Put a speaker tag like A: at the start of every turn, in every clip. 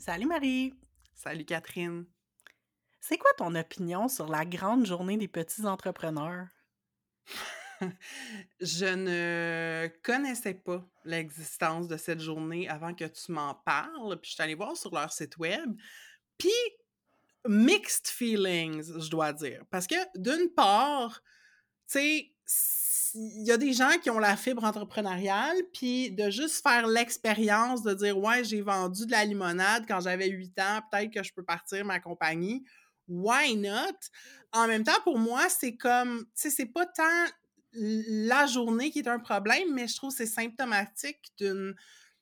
A: Salut Marie!
B: Salut Catherine.
A: C'est quoi ton opinion sur la grande journée des petits entrepreneurs?
B: Je ne connaissais pas l'existence de cette journée avant que tu m'en parles, puis je suis allée voir sur leur site web, puis mixed feelings, je dois dire. Parce que d'une part, tu sais, il y a des gens qui ont la fibre entrepreneuriale, puis de juste faire l'expérience de dire: «Ouais, j'ai vendu de la limonade quand j'avais 8 ans, peut-être que je peux partir ma compagnie». Why not? En même temps, pour moi, c'est comme, tu sais, c'est pas tant la journée qui est un problème, mais je trouve que c'est symptomatique d'une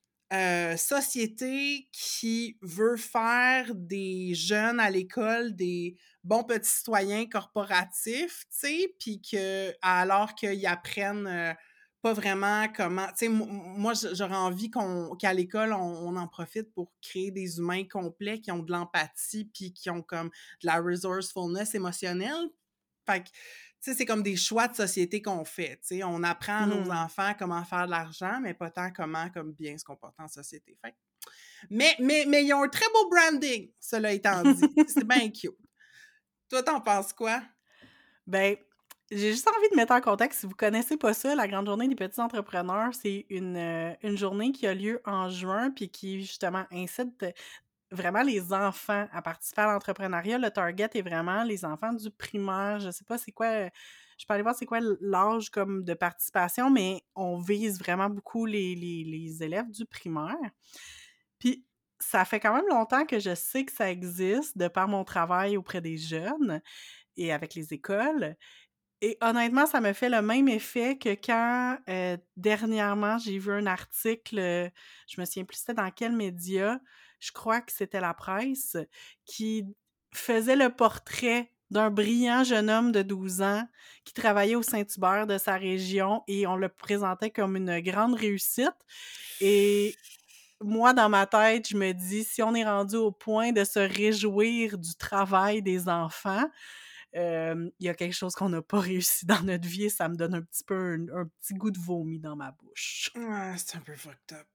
B: société qui veut faire des jeunes à l'école des bons petits citoyens corporatifs, tu sais, puis que alors qu'ils apprennent, pas vraiment comment tu sais, moi, j'aurais envie qu'à l'école, on en profite pour créer des humains complets qui ont de l'empathie puis qui ont comme de la resourcefulness émotionnelle. Fait que, tu sais, c'est comme des choix de société qu'on fait, tu sais. On apprend à nos
A: Mmh.
B: enfants comment faire de l'argent, mais pas tant comment comme bien se comporter en société. Fait que mais ils ont un très beau branding, cela étant dit. C'est bien cute. Toi, t'en penses quoi?
A: Ben, j'ai juste envie de mettre en contexte, si vous connaissez pas ça, la grande journée des petits entrepreneurs, c'est une journée qui a lieu en juin puis qui justement incite vraiment les enfants à participer à l'entrepreneuriat. Le target est vraiment les enfants du primaire. Je sais pas c'est quoi, je peux aller voir c'est quoi l'âge comme de participation, mais on vise vraiment beaucoup les élèves du primaire. Puis ça fait quand même longtemps que je sais que ça existe de par mon travail auprès des jeunes et avec les écoles. Et honnêtement, ça me fait le même effet que quand, dernièrement, j'ai vu un article, je me souviens plus c'était dans quel média, je crois que c'était La Presse, qui faisait le portrait d'un brillant jeune homme de 12 ans qui travaillait au Saint-Hubert de sa région et on le présentait comme une grande réussite et moi, dans ma tête, je me dis: «Si on est rendu au point de se réjouir du travail des enfants, il y a quelque chose qu'on n'a pas réussi dans notre vie» et ça me donne un petit peu un petit goût de vomi dans ma bouche.
B: Ouais, c'est un peu fucked up.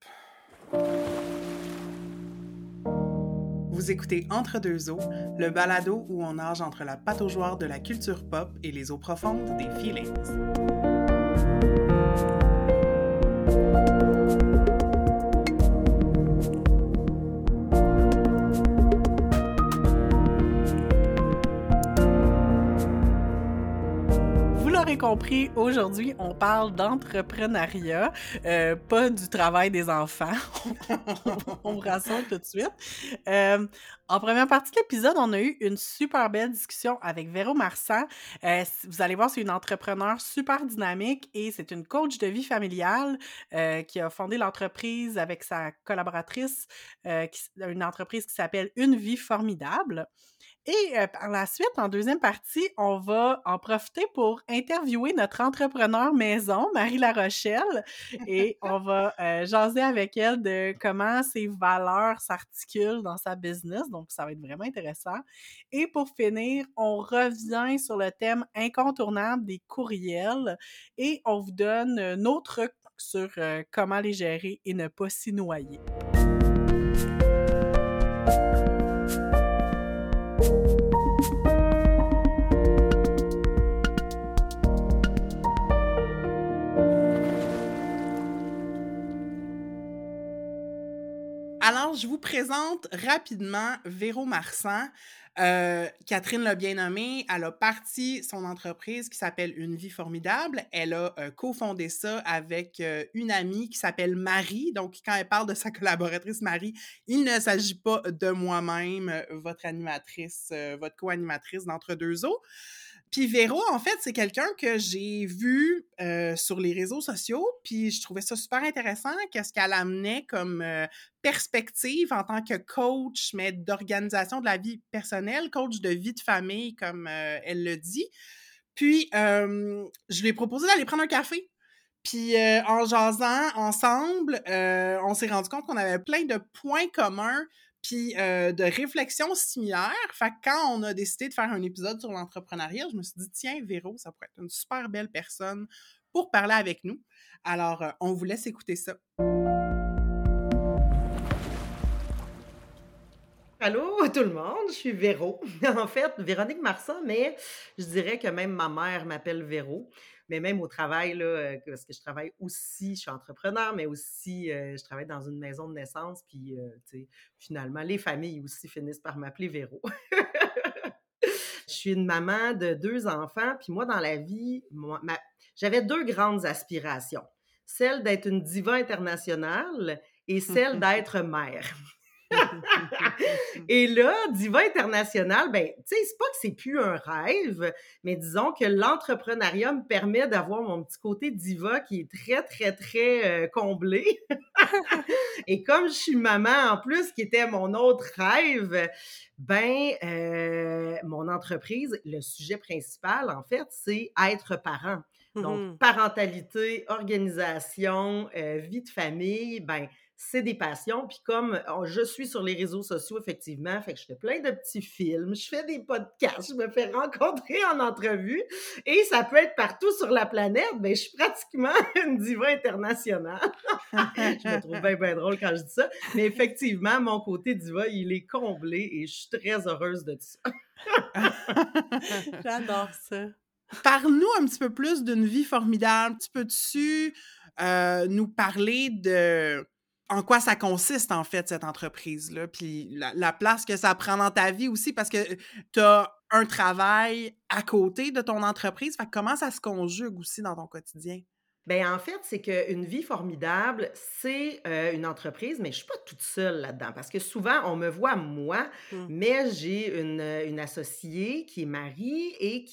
B: Vous écoutez Entre deux eaux, le balado où on nage entre la pataugeoire de la culture pop et les eaux profondes des feelings.
A: Vous l'aurez compris, aujourd'hui, on parle d'entrepreneuriat, pas du travail des enfants. On vous rassure tout de suite. En première partie de l'épisode, on a eu une super belle discussion avec Véro Marsan. Vous allez voir, c'est une entrepreneure super dynamique et c'est une coach de vie familiale qui a fondé l'entreprise avec sa collaboratrice, une entreprise qui s'appelle Une vie formidable. Et par la suite, en deuxième partie, on va en profiter pour interviewer notre entrepreneur maison, Marie Larochelle, et on va jaser avec elle de comment ses valeurs s'articulent dans sa business. Donc, ça va être vraiment intéressant. Et pour finir, on revient sur le thème incontournable des courriels et on vous donne nos trucs sur comment les gérer et ne pas s'y noyer.
B: Alors, je vous présente rapidement Véro Marsan. Catherine l'a bien nommé, elle a parti son entreprise qui s'appelle Une vie formidable. Elle a cofondé ça avec une amie qui s'appelle Marie. Donc, quand elle parle de sa collaboratrice Marie, il ne s'agit pas de moi-même, votre animatrice, votre co-animatrice d'Entre deux eaux. Puis Véro, en fait, c'est quelqu'un que j'ai vu sur les réseaux sociaux, puis je trouvais ça super intéressant, qu'est-ce qu'elle amenait comme perspective en tant que coach, mais d'organisation de la vie personnelle, coach de vie de famille, comme elle le dit. Puis, je lui ai proposé d'aller prendre un café. Puis, en jasant ensemble, on s'est rendu compte qu'on avait plein de points communs puis de réflexions similaires. Fait que quand on a décidé de faire un épisode sur l'entrepreneuriat, je me suis dit: «Tiens, Véro, ça pourrait être une super belle personne pour parler avec nous». Alors, on vous laisse écouter ça.
C: Allô tout le monde, je suis Véro. En fait, Véronique Marsan, mais je dirais que même ma mère m'appelle Véro. Mais même au travail, là, parce que je travaille aussi, je suis entrepreneur, mais aussi je travaille dans une maison de naissance, puis tu sais, finalement, les familles aussi finissent par m'appeler Véro. Je suis une maman de 2 enfants, puis moi, dans la vie, j'avais 2 grandes aspirations. Celle d'être une diva internationale et celle d'être mère. Et là, diva internationale, ben, tu sais, c'est pas que c'est plus un rêve, mais disons que l'entrepreneuriat me permet d'avoir mon petit côté diva qui est très, très, très comblé. Et comme je suis maman en plus, qui était mon autre rêve, ben, mon entreprise, le sujet principal, en fait, c'est être parent. Donc,
A: Mhm.
C: parentalité, organisation, vie de famille, ben, c'est des passions. Puis comme je suis sur les réseaux sociaux, effectivement, fait que je fais plein de petits films, je fais des podcasts, je me fais rencontrer en entrevue et ça peut être partout sur la planète. Ben, je suis pratiquement une diva internationale. Je me trouve bien, bien drôle quand je dis ça. Mais effectivement, mon côté diva, il est comblé et je suis très heureuse de ça.
A: J'adore ça.
B: Parle-nous un petit peu plus d'une vie formidable. Tu peux-tu nous parler de en quoi ça consiste, en fait, cette entreprise-là, puis la place que ça prend dans ta vie aussi, parce que tu as un travail à côté de ton entreprise. Fait que comment ça se conjugue aussi dans ton quotidien?
C: Ben en fait, c'est qu'une vie formidable, c'est, une entreprise, mais je suis pas toute seule là-dedans parce que souvent on me voit moi,
A: Mm.
C: mais j'ai une associée qui est Marie et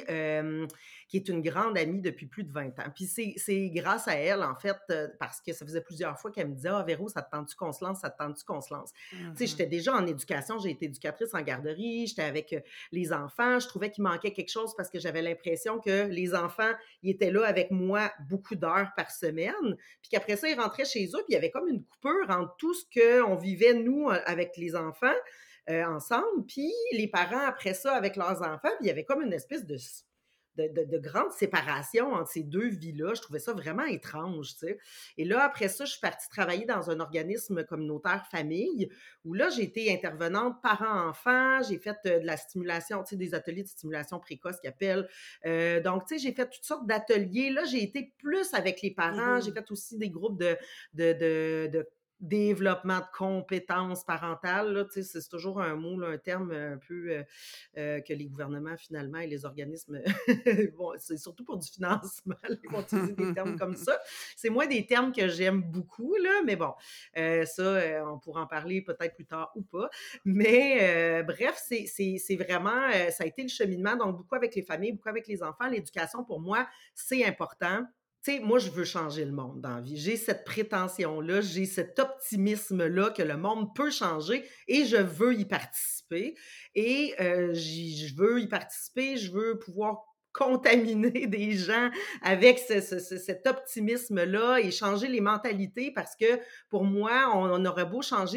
C: qui est une grande amie depuis plus de 20 ans. Puis c'est grâce à elle, en fait, parce que ça faisait plusieurs fois qu'elle me disait: «Ah Véro, ça te tente-tu qu'on se lance? Ça te tente-tu qu'on se lance?» Tu sais,
B: Mhm.
C: j'étais déjà en éducation, j'ai été éducatrice en garderie, j'étais avec, les enfants. Je trouvais qu'il manquait quelque chose parce que j'avais l'impression que les enfants ils étaient là avec moi beaucoup d'heures par semaine, puis qu'après ça, ils rentraient chez eux, puis il y avait comme une coupure entre tout ce qu'on vivait, nous, avec les enfants, ensemble, puis les parents, après ça, avec leurs enfants, puis il y avait comme une espèce de grande séparation entre ces deux vies-là. Je trouvais ça vraiment étrange, tu sais. Et là, après ça, je suis partie travailler dans un organisme communautaire famille, où là, j'ai été intervenante parents-enfants, j'ai fait de la stimulation, tu sais, des ateliers de stimulation précoce qu'ils appellent. Donc, tu sais, j'ai fait toutes sortes d'ateliers. Là, j'ai été plus avec les parents. J'ai
A: Mhm.
C: fait aussi des groupes de développement de compétences parentales. Là, tu sais, c'est toujours un mot, là, un terme un peu que les gouvernements, finalement, et les organismes, bon, c'est surtout pour du financement, ils vont utiliser des termes comme ça. C'est moins des termes que j'aime beaucoup, là, mais bon, ça, on pourra en parler peut-être plus tard ou pas. Mais bref, c'est vraiment, ça a été le cheminement, donc beaucoup avec les familles, beaucoup avec les enfants. L'éducation, pour moi, c'est important. Tu sais, moi, je veux changer le monde dans la vie. J'ai cette prétention-là, j'ai cet optimisme-là que le monde peut changer et je veux y participer. Et je veux y participer, je veux pouvoir contaminer des gens avec cet optimisme-là et changer les mentalités parce que pour moi, on aurait beau changer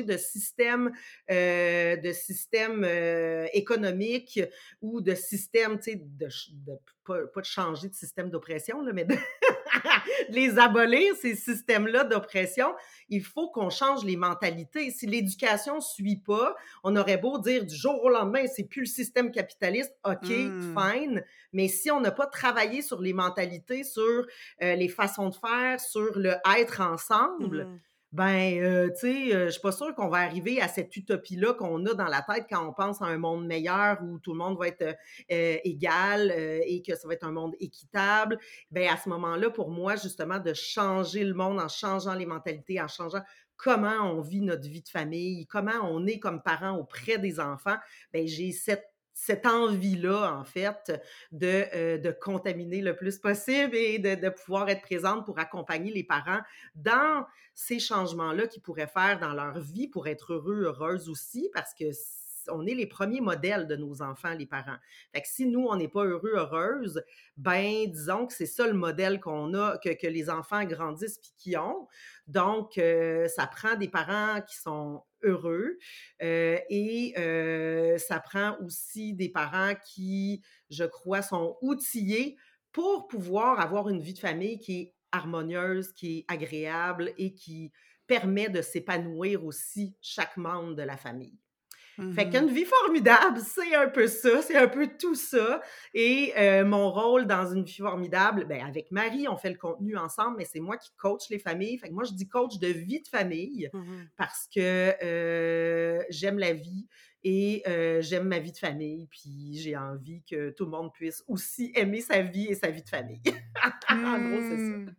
C: de système économique ou de système, tu sais, pas de changer de système d'oppression, là, mais de les abolir, ces systèmes-là d'oppression. Il faut qu'on change les mentalités. Si l'éducation ne suit pas, on aurait beau dire du jour au lendemain, c'est plus le système capitaliste, OK,
B: Mm.
C: fine. Mais si on n'a pas travaillé sur les mentalités, sur les façons de faire, sur le être ensemble,
A: Mhm.
C: ben, tu sais, je suis pas sûre qu'on va arriver à cette utopie-là qu'on a dans la tête quand on pense à un monde meilleur où tout le monde va être égal et que ça va être un monde équitable. Ben à ce moment-là, pour moi, justement, de changer le monde en changeant les mentalités, en changeant comment on vit notre vie de famille, comment on est comme parents auprès des enfants, ben j'ai cette envie-là, en fait, de contaminer le plus possible et de pouvoir être présente pour accompagner les parents dans ces changements-là qu'ils pourraient faire dans leur vie pour être heureux, heureuses aussi, parce que on est les premiers modèles de nos enfants, les parents. Fait que si nous, on n'est pas heureux, heureuses, ben, disons que c'est ça le modèle qu'on a, que les enfants grandissent puis qui ont. Donc, ça prend des parents qui sont heureux et ça prend aussi des parents qui, je crois, sont outillés pour pouvoir avoir une vie de famille qui est harmonieuse, qui est agréable et qui permet de s'épanouir aussi chaque membre de la famille. Fait
B: Mhm.
C: qu'une vie formidable, c'est un peu ça, c'est un peu tout ça et mon rôle dans une vie formidable, ben, avec Marie, on fait le contenu ensemble, mais c'est moi qui coach les familles. Fait que moi, je dis coach de vie de famille
A: Mhm.
C: parce que, j'aime la vie et j'aime ma vie de famille, puis j'ai envie que tout le monde puisse aussi aimer sa vie et sa vie de famille. En gros, c'est ça.
B: Hmm.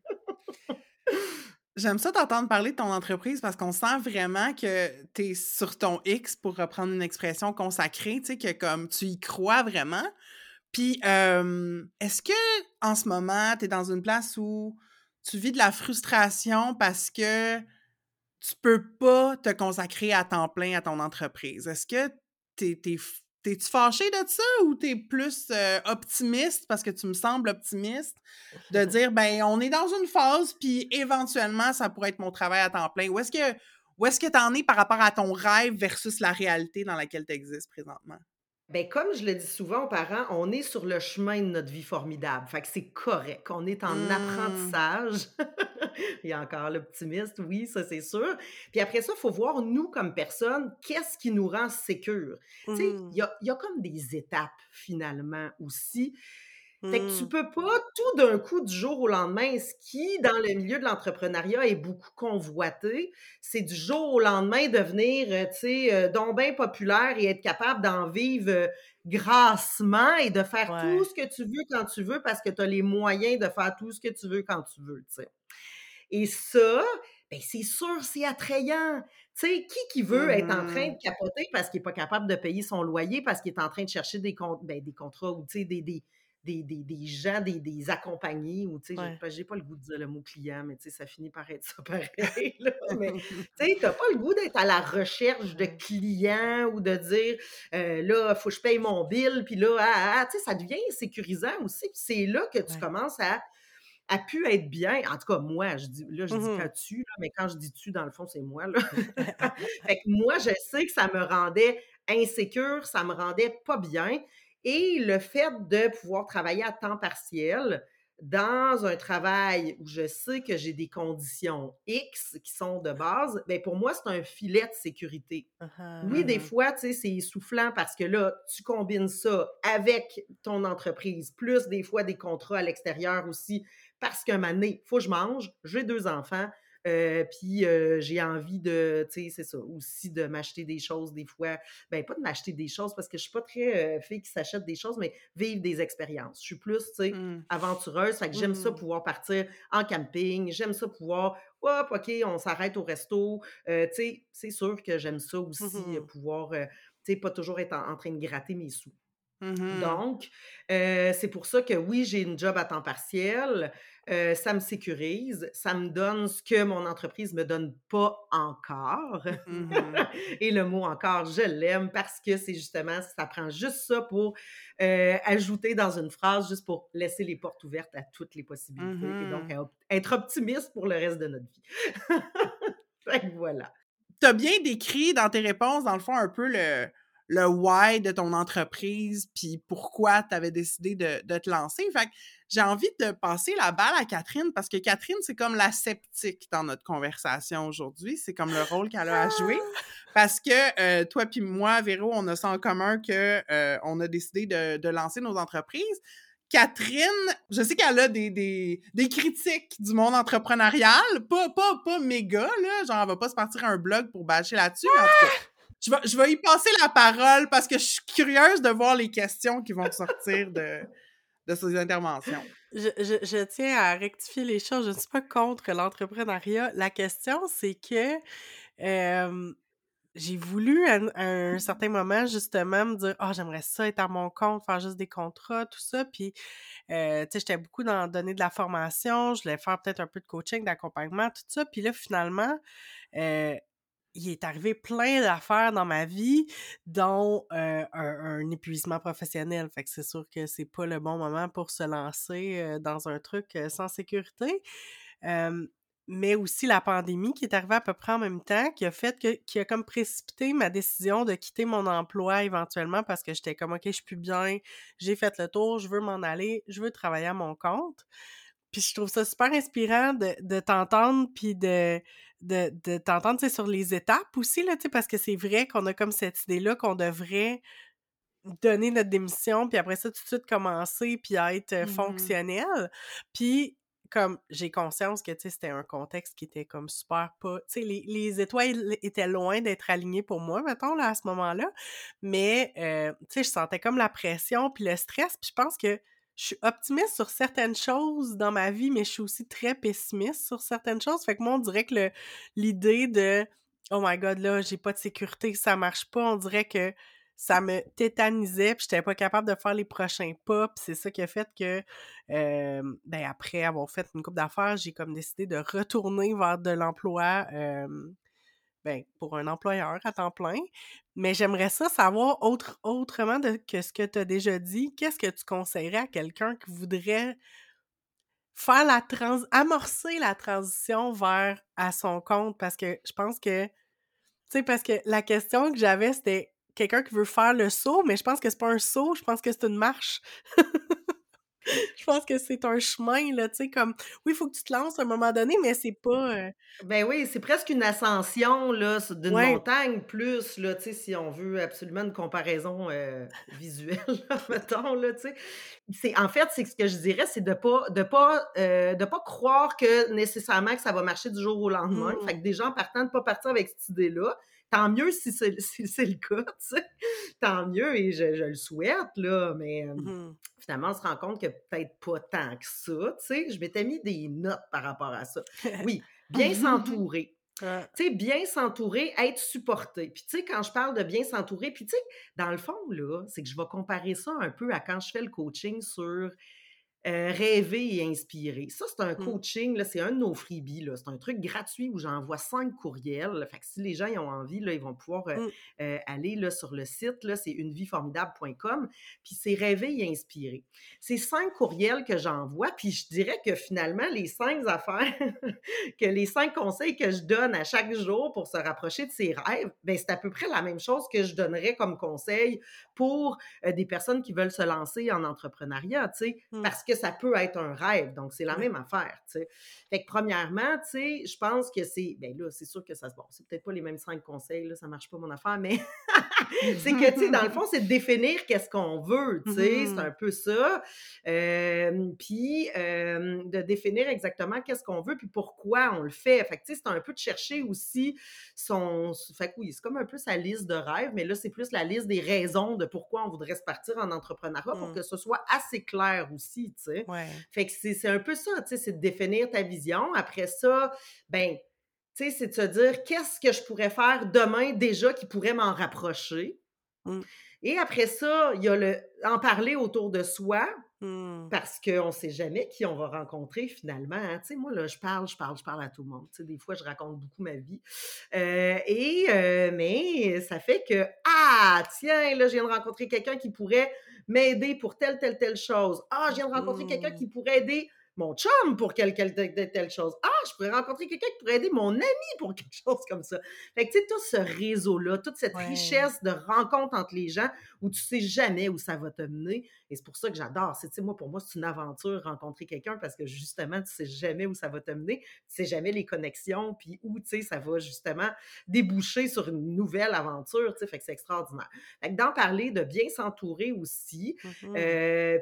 B: J'aime ça t'entendre parler de ton entreprise parce qu'on sent vraiment que tu es sur ton X, pour reprendre une expression consacrée, tu sais, que comme tu y crois vraiment. Puis, est-ce que en ce moment, tu es dans une place où tu vis de la frustration parce que tu peux pas te consacrer à temps plein à ton entreprise? Est-ce que t'es-tu fâché de ça ou t'es plus optimiste, parce que tu me sembles optimiste, de dire, ben, on est dans une phase, puis éventuellement, ça pourrait être mon travail à temps plein? Où est-ce que t'en es par rapport à ton rêve versus la réalité dans laquelle tu existes présentement?
C: Ben, comme je le dis souvent aux parents, on est sur le chemin de notre vie formidable. Fait que c'est correct. On est en
B: Mmh.
C: apprentissage. Il y a encore l'optimiste, oui, ça c'est sûr. Puis après ça, il faut voir, nous, comme personnes, qu'est-ce qui nous rend sécures. Tu sais,
A: Mhm.
C: il y a comme des étapes, finalement, aussi. Fait que tu
A: Mhm.
C: peux pas tout d'un coup, du jour au lendemain, ce qui, dans le milieu de l'entrepreneuriat, est beaucoup convoité, c'est du jour au lendemain devenir, tu sais, donc ben populaire et être capable d'en vivre, grassement et de faire tout
A: Ouais.
C: ce que tu veux quand tu veux parce que tu as les moyens de faire tout ce que tu veux quand tu veux, tu sais. Et ça, ben c'est sûr, c'est attrayant. Tu sais, qui veut être en train de
B: Mhm.
C: capoter parce qu'il est pas capable de payer son loyer, parce qu'il est en train de chercher des contrats ou tu sais, des gens, des accompagnés ou tu sais,
A: Ouais.
C: j'ai pas le goût de dire le mot client, mais tu sais, ça finit par être ça pareil, là. Mais tu sais, t'as pas le goût d'être à la recherche de
A: Ouais.
C: clients ou de dire, là, faut que je paye mon bill, puis là, tu sais, ça devient sécurisant aussi. Puis c'est là que tu
A: Ouais.
C: commences à pu être bien. En tout cas, moi, je dis
A: Mhm.
C: quand tu, là, mais quand je dis tu, dans le fond, c'est moi, là. Fait que moi, je sais que ça me rendait insécure, ça me rendait pas bien. Et le fait de pouvoir travailler à temps partiel dans un travail où je sais que j'ai des conditions X qui sont de base, ben pour moi, c'est un filet de sécurité. Oui,
A: Ah.
C: des
B: Mhm.
C: fois, tu sais, c'est essoufflant parce que là, tu combines ça avec ton entreprise, plus des fois des contrats à l'extérieur aussi, parce qu'un moment donné, il faut que je mange, j'ai 2 enfants, puis j'ai envie de, tu sais, c'est ça, aussi de m'acheter des choses des fois. Ben, pas de m'acheter des choses parce que je suis pas très fille qui s'achète des choses, mais vivre des expériences. Je suis plus, tu sais,
B: Mhm.
C: aventureuse, fait que j'aime ça
A: Mhm.
C: pouvoir partir en camping, j'aime ça pouvoir, hop, OK, on s'arrête au resto, tu sais, c'est sûr que j'aime ça aussi,
A: Mhm.
C: pouvoir, tu sais, pas toujours être en train de gratter mes sous.
B: Mhm.
C: Donc, c'est pour ça que oui, j'ai une job à temps partiel, ça me sécurise, ça me donne ce que mon entreprise me donne pas encore.
B: Mhm.
C: Et le mot «encore», je l'aime parce que c'est justement ça prend juste ça pour, ajouter dans une phrase, juste pour laisser les portes ouvertes à toutes les possibilités et donc
B: Mhm.
C: à être optimiste pour le reste de notre vie. Fait que voilà.
B: T'as bien décrit dans tes réponses, dans le fond, un peu le why de ton entreprise, puis pourquoi tu avais décidé de te lancer. Fait que j'ai envie de passer la balle à Catherine, parce que Catherine, c'est comme la sceptique dans notre conversation aujourd'hui. C'est comme le rôle qu'elle a à jouer.
A: Ah!
B: Parce que toi puis moi, Véro, on a ça en commun que on a décidé de lancer nos entreprises. Catherine, je sais qu'elle a des critiques du monde entrepreneurial, pas méga, là, genre elle va pas se partir un blog pour bâcher là-dessus, mais en tout cas, je vais y passer la parole parce que je suis curieuse de voir les questions qui vont sortir de ces interventions.
A: Je tiens à rectifier les choses. Je ne suis pas contre l'entrepreneuriat. La question, c'est que j'ai voulu à un certain moment justement me dire ah j'aimerais ça être à mon compte, faire juste des contrats, tout ça. Puis tu sais, j'étais beaucoup dans donner de la formation. Je voulais faire peut-être un peu de coaching, d'accompagnement, tout ça. Puis là, finalement, euh, il est arrivé plein d'affaires dans ma vie, dont un épuisement professionnel. Fait que c'est sûr que c'est pas le bon moment pour se lancer dans un truc sans sécurité. Euh, mais aussi la pandémie qui est arrivée à peu près en même temps, qui a comme précipité ma décision de quitter mon emploi éventuellement parce que j'étais comme, OK, je suis plus bien, j'ai fait le tour, je veux m'en aller, je veux travailler à mon compte. Puis je trouve ça super inspirant de t'entendre puis de t'entendre, tu sais, sur les étapes aussi, là, tu sais, parce que c'est vrai qu'on a comme cette idée-là qu'on devrait donner notre démission, puis après ça, tout de suite commencer, puis être,
B: Mhm.
A: fonctionnel. Puis comme j'ai conscience que, tu sais, c'était un contexte qui était comme super pas tu sais, les étoiles étaient loin d'être alignées pour moi, mettons, là, à ce moment-là. Mais, tu sais, je sentais comme la pression puis le stress, puis je pense que je suis optimiste sur certaines choses dans ma vie, mais je suis aussi très pessimiste sur certaines choses. Fait que moi, on dirait que l'idée de: «Oh my god, là, j'ai pas de sécurité, ça marche pas», on dirait que ça me tétanisait, puis j'étais pas capable de faire les prochains pas, puis c'est ça qui a fait que, ben, après avoir fait une couple d'affaires, j'ai comme décidé de retourner vers de l'emploi, ben, pour un employeur à temps plein. Mais j'aimerais ça savoir autrement que ce que tu as déjà dit, qu'est-ce que tu conseillerais à quelqu'un qui voudrait faire amorcer la transition vers à son compte? Parce que je pense que tu sais, parce que la question que j'avais, c'était quelqu'un qui veut faire le saut, mais je pense que c'est pas un saut, je pense que c'est une marche. Je pense que c'est un chemin, là, tu sais, comme oui, il faut que tu te lances à un moment donné, mais c'est pas,
C: Ben oui, c'est presque une ascension là, d'une
A: ouais.
C: montagne plus là, tu sais, si on veut absolument une comparaison, visuelle là, mettons là, tu sais. En fait, c'est ce que je dirais, c'est de pas croire que nécessairement que ça va marcher du jour au lendemain. Fait
A: Mmh.
C: que déjà en partant, de pas partir avec cette idée-là. Tant mieux si c'est si c'est le cas, tu sais, tant mieux et je le souhaite là, mais,
A: Mmh.
C: finalement, on se rend compte que peut-être pas tant que ça, tu sais. Je m'étais mis des notes par rapport à ça. Oui, bien s'entourer.
A: Ah.
C: Tu sais, bien s'entourer, être supporté. Puis, tu sais, quand je parle de bien s'entourer, puis, tu sais, dans le fond, là, c'est que je vais comparer ça un peu à quand je fais le coaching sur rêver et inspirer. Ça, c'est un
A: Mmh.
C: coaching, là, c'est un de nos freebies, là. C'est un truc gratuit où j'envoie 5 courriels. Fait que si les gens ils ont envie, là, ils vont pouvoir
A: Mmh.
C: aller là, sur le site, là, c'est unevieformidable.com, puis c'est rêver et inspirer. C'est 5 courriels que j'envoie, puis je dirais que finalement, les 5 affaires, que les 5 conseils que je donne à chaque jour pour se rapprocher de ses rêves, ben c'est à peu près la même chose que je donnerais comme conseil pour des personnes qui veulent se lancer en entrepreneuriat, tu sais,
A: Mmh.
C: parce que ça peut être un rêve, donc c'est la
A: Ouais.
C: même affaire, tu sais. Fait que premièrement, tu sais, je pense que ben là, c'est sûr que bon, c'est peut-être pas les mêmes 5 conseils, là, ça marche pas mon affaire, mais c'est que, tu sais, dans le fond, c'est de définir qu'est-ce qu'on veut, tu sais, c'est
A: Mmh.
C: un peu ça. Puis, de définir exactement qu'est-ce qu'on veut, puis pourquoi on le fait. Fait que, tu sais, c'est un peu de chercher aussi fait que oui, c'est comme un peu sa liste de rêves, mais là, c'est plus la liste des raisons de pourquoi on voudrait se partir en entrepreneuriat pour
A: Mmh.
C: que ce soit assez clair aussi, tu sais.
A: Ouais.
C: Fait que c'est un peu ça, tu sais, c'est de définir ta vision. Après ça, ben, tu sais, c'est de se dire qu'est-ce que je pourrais faire demain déjà qui pourrait m'en rapprocher.
A: Mmh.
C: Et après ça, il y a en parler autour de soi
A: Mmh.
C: parce qu'on ne sait jamais qui on va rencontrer finalement, hein. Tu sais, moi, là, je parle à tout le monde. Tu sais, des fois, je raconte beaucoup ma vie. Mais ça fait que, ah, tiens, là, je viens de rencontrer quelqu'un qui pourrait m'aider pour telle chose. Ah, je viens de rencontrer quelqu'un
A: Mmh.
C: qui pourrait aider mon chum pour telle chose. Ah, je pourrais rencontrer quelqu'un qui pourrait aider mon ami pour quelque chose comme ça. Fait que, tu sais, tout ce réseau-là, toute cette
A: Ouais.
C: richesse de rencontres entre les gens où tu sais jamais où ça va te mener. Et c'est pour ça que j'adore. Tu sais, moi, pour moi, c'est une aventure rencontrer quelqu'un parce que justement, tu sais jamais où ça va te mener. Tu sais jamais les connexions, puis où, tu sais, ça va justement déboucher sur une nouvelle aventure, tu sais, fait que c'est extraordinaire. Fait que d'en parler, de bien s'entourer aussi,
A: Mmh.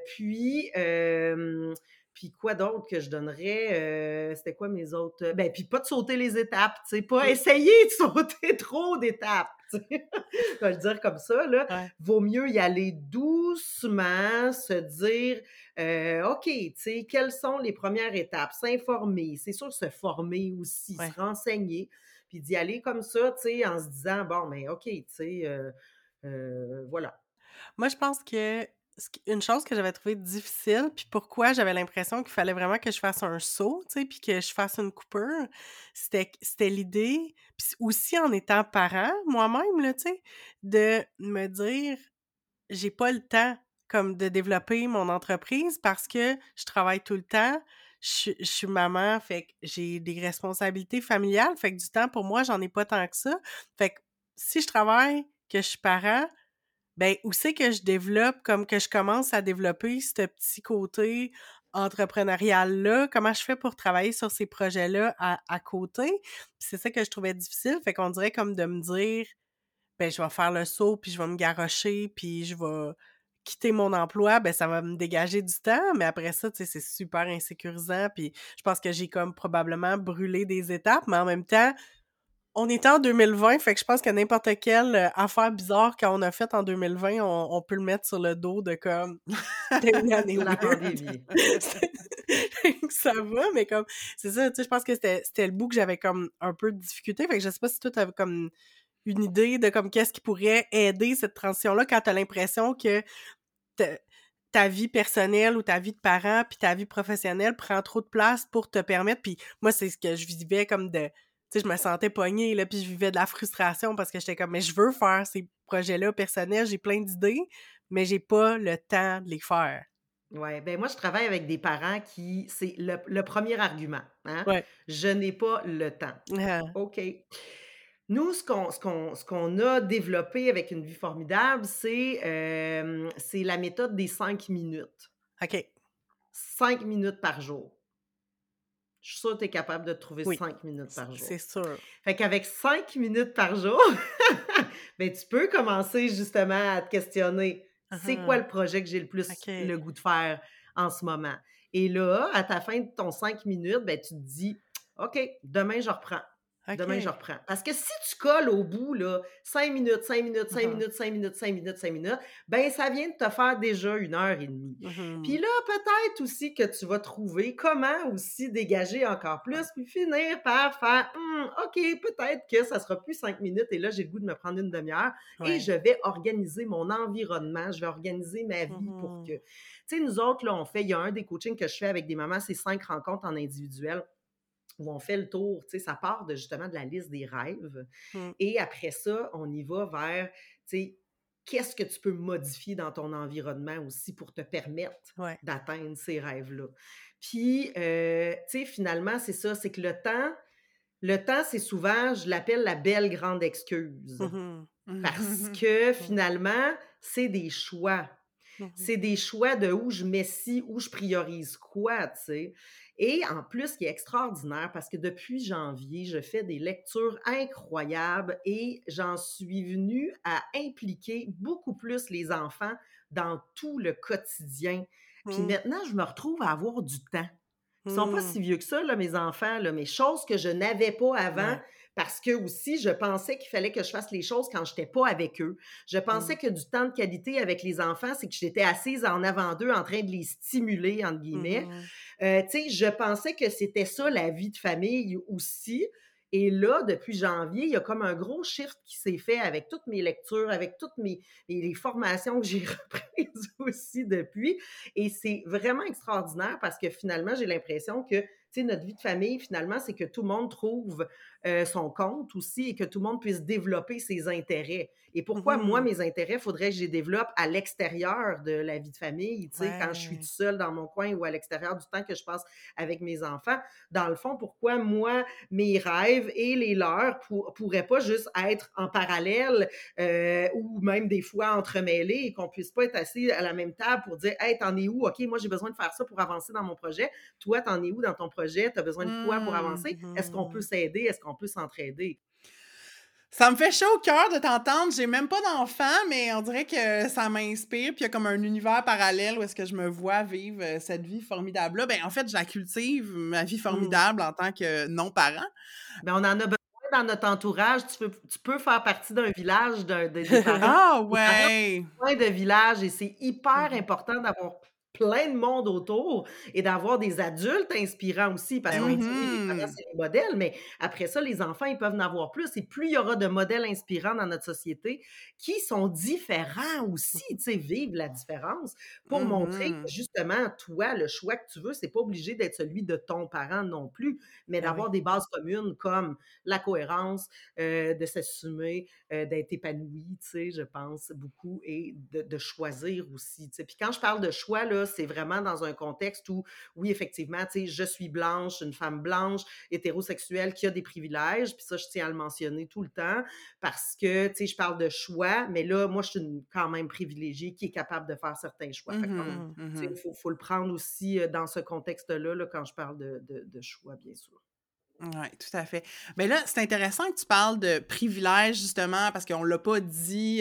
C: puis quoi d'autre que je donnerais? C'était quoi mes autres? Ben, puis pas de sauter les étapes, tu sais, pas
A: Mmh.
C: essayer de sauter trop d'étapes, tu sais. Je vais le dire comme ça, là.
A: Ouais.
C: Vaut mieux y aller doucement, se dire, OK, tu sais, quelles sont les premières étapes? S'informer, c'est sûr, se former aussi, se
A: Ouais.
C: renseigner, puis d'y aller comme ça, tu sais, en se disant, bon, mais OK, tu sais, voilà.
A: Moi, je pense que une chose que j'avais trouvé difficile, puis pourquoi j'avais l'impression qu'il fallait vraiment que je fasse un saut, tu sais, puis que je fasse une coupure, c'était l'idée, puis aussi en étant parent moi-même, là, tu sais, de me dire: «J'ai pas le temps comme de développer mon entreprise parce que je travaille tout le temps, je suis maman, fait que j'ai des responsabilités familiales, fait que du temps pour moi, j'en ai pas tant que ça. Fait que si je travaille, que je suis parent, ben, où c'est que je développe comme que je commence à développer ce petit côté entrepreneuriale-là, comment je fais pour travailler sur ces projets-là à côté? Puis c'est ça que je trouvais difficile, fait qu'on dirait comme de me dire: «Ben, je vais faire le saut, puis je vais me garrocher, puis je vais quitter mon emploi, ben, ça va me dégager du temps», mais après ça, tu sais, c'est super insécurisant, puis je pense que j'ai comme probablement brûlé des étapes, mais en même temps, on est en 2020, fait que je pense que n'importe quelle, affaire bizarre qu'on a faite en 2020, on peut le mettre sur le dos de comme: «C'était une année
C: La
A: weird».
C: pandémie.
A: Ça va, mais comme c'est ça, tu sais, je pense que c'était le bout que j'avais comme un peu de difficulté, fait que je sais pas si toi, tu avais comme une idée de comme qu'est-ce qui pourrait aider cette transition-là quand tu as l'impression que te ta vie personnelle ou ta vie de parent puis ta vie professionnelle prend trop de place pour te permettre puis moi, c'est ce que je vivais comme de tu sais, je me sentais pognée, là, puis je vivais de la frustration parce que j'étais comme: «Mais je veux faire ces projets-là personnels, j'ai plein d'idées, mais j'ai pas le temps de les faire».
C: Ouais, ben moi, je travaille avec des parents qui c'est le 1er argument, hein?
A: Ouais.
C: «Je n'ai pas le temps».
A: Ah,
C: OK. Nous, ce qu'on a développé avec Une vie formidable, c'est la méthode des 5 minutes.
A: OK.
C: 5 minutes par jour. Je suis sûre que tu es capable de trouver
A: Oui,
C: 5 minutes par
A: c'est
C: jour.
A: sûr.
C: Fait qu'avec 5 minutes par jour, ben, tu peux commencer justement à te questionner: «C'est quoi
A: Mmh.
C: le projet que j'ai le plus
A: OK.
C: le goût de faire en ce moment?» Et là, à ta fin de ton 5 minutes, ben, tu te dis: «OK, demain je reprends. Demain je
A: OK.
C: reprends». Parce que si tu colles au bout là, 5 minutes, 5 minutes, 5
A: Mmh.
C: minutes, 5 minutes, 5 minutes, 5 minutes, ben, ça vient de te faire déjà 1 heure et demie. Puis
A: Mmh.
C: là, peut-être aussi que tu vas trouver comment aussi dégager encore plus, puis finir par faire OK, peut-être que ça sera plus 5 minutes et là, j'ai le goût de me prendre une demi-heure et
A: Ouais.
C: je vais organiser mon environnement, je vais organiser ma vie pour que.
A: Mmh.
C: Tu sais, nous autres, là, il y a un des coachings que je fais avec des mamans, c'est 5 rencontres en individuel où on fait le tour. Tu sais, ça part de justement de la liste des rêves.
A: Mmh.
C: Et après ça, on y va vers, tu sais, qu'est-ce que tu peux modifier dans ton environnement aussi pour te permettre
A: Ouais.
C: d'atteindre ces rêves-là. Puis, tu sais, finalement, c'est ça, c'est que le temps, c'est souvent, je l'appelle la belle grande excuse.
A: Mmh.
C: Parce que
A: Mmh.
C: finalement, c'est des choix.
A: Mmh.
C: C'est des choix de où je mets ci, où je priorise quoi, tu sais? Et en plus, ce qui est extraordinaire, parce que depuis janvier, je fais des lectures incroyables et j'en suis venue à impliquer beaucoup plus les enfants dans tout le quotidien. Puis
A: Mmh.
C: maintenant, je me retrouve à avoir du temps. Ils sont pas
A: Mmh.
C: si vieux que ça, là, mes enfants, là, mais choses que je n'avais pas avant
A: Ouais.
C: parce que aussi, je pensais qu'il fallait que je fasse les choses quand je n'étais pas avec eux. Je pensais
A: Mmh.
C: que du temps de qualité avec les enfants, c'est que j'étais assise en avant d'eux en train de les stimuler, entre guillemets.
A: Mmh.
C: Tu sais, je pensais que c'était ça la vie de famille aussi. Et là, depuis janvier, il y a comme un gros shift qui s'est fait avec toutes mes lectures, avec toutes les formations que j'ai reprises aussi depuis. Et c'est vraiment extraordinaire parce que finalement, j'ai l'impression que, tu sais, notre vie de famille, finalement, c'est que tout le monde trouve son compte aussi et que tout le monde puisse développer ses intérêts. Et pourquoi moi,
A: Mmh.
C: mes intérêts, il faudrait que je les développe à l'extérieur de la vie de famille, tu sais, quand je suis tout
A: Ouais.
C: seul dans mon coin ou à l'extérieur du temps que je passe avec mes enfants. Dans le fond, pourquoi moi, mes rêves et les leurs pourraient pas juste être en parallèle ou même des fois entremêlés et qu'on puisse pas être assis à la même table pour dire hey, t'en es où? OK, moi j'ai besoin de faire ça pour avancer dans mon projet. Toi, t'en es où dans ton projet? T'as besoin de quoi pour avancer? Est-ce qu'on peut
A: Mmh.
C: s'aider? Est-ce qu'on peut s'entraider?
B: Ça me fait chaud au cœur de t'entendre. J'ai même pas d'enfant, mais on dirait que ça m'inspire. Puis il y a comme un univers parallèle où est-ce que je me vois vivre cette vie formidable-là. Ben, en fait, je la cultive, ma vie
A: Mmh.
B: formidable en tant que non-parent.
C: Ben, on en a besoin dans notre entourage. Tu peux faire partie d'un village des parents.
B: Ah
C: Les parents
B: ouais!
C: ont besoin de village et c'est hyper
B: Mhm.
C: important d'avoir plein de monde autour et d'avoir des adultes inspirants aussi parce
B: Ben
C: qu'on
B: oui.
C: dit oui, les parents, c'est les modèles, mais après ça, les enfants, ils peuvent en avoir plus et plus il y aura de modèles inspirants dans notre société qui sont différents aussi, tu sais, vivre la différence pour montrer que
B: Mhm.
C: justement, toi, le choix que tu veux, c'est pas obligé d'être celui de ton parent non plus, mais
A: Ben oui.
C: d'avoir des bases communes comme la cohérence, de s'assumer, d'être épanoui, tu sais, je pense beaucoup, et de choisir aussi, tu sais. Puis quand je parle de choix, là, là, c'est vraiment dans un contexte où, oui, effectivement, tu sais, je suis blanche, une femme blanche, hétérosexuelle qui a des privilèges, puis ça, je tiens à le mentionner tout le temps parce que, tu sais, je parle de choix, mais là, moi, je suis quand même privilégiée qui est capable de faire certains choix. Fait que comme,
B: Mhm,
A: Mmh.
C: tu sais,
B: mhm.
C: faut le prendre aussi dans ce contexte-là, là, quand je parle de choix, bien sûr.
B: Oui, tout à fait. Mais là, c'est intéressant que tu parles de privilèges, justement, parce qu'on l'a pas dit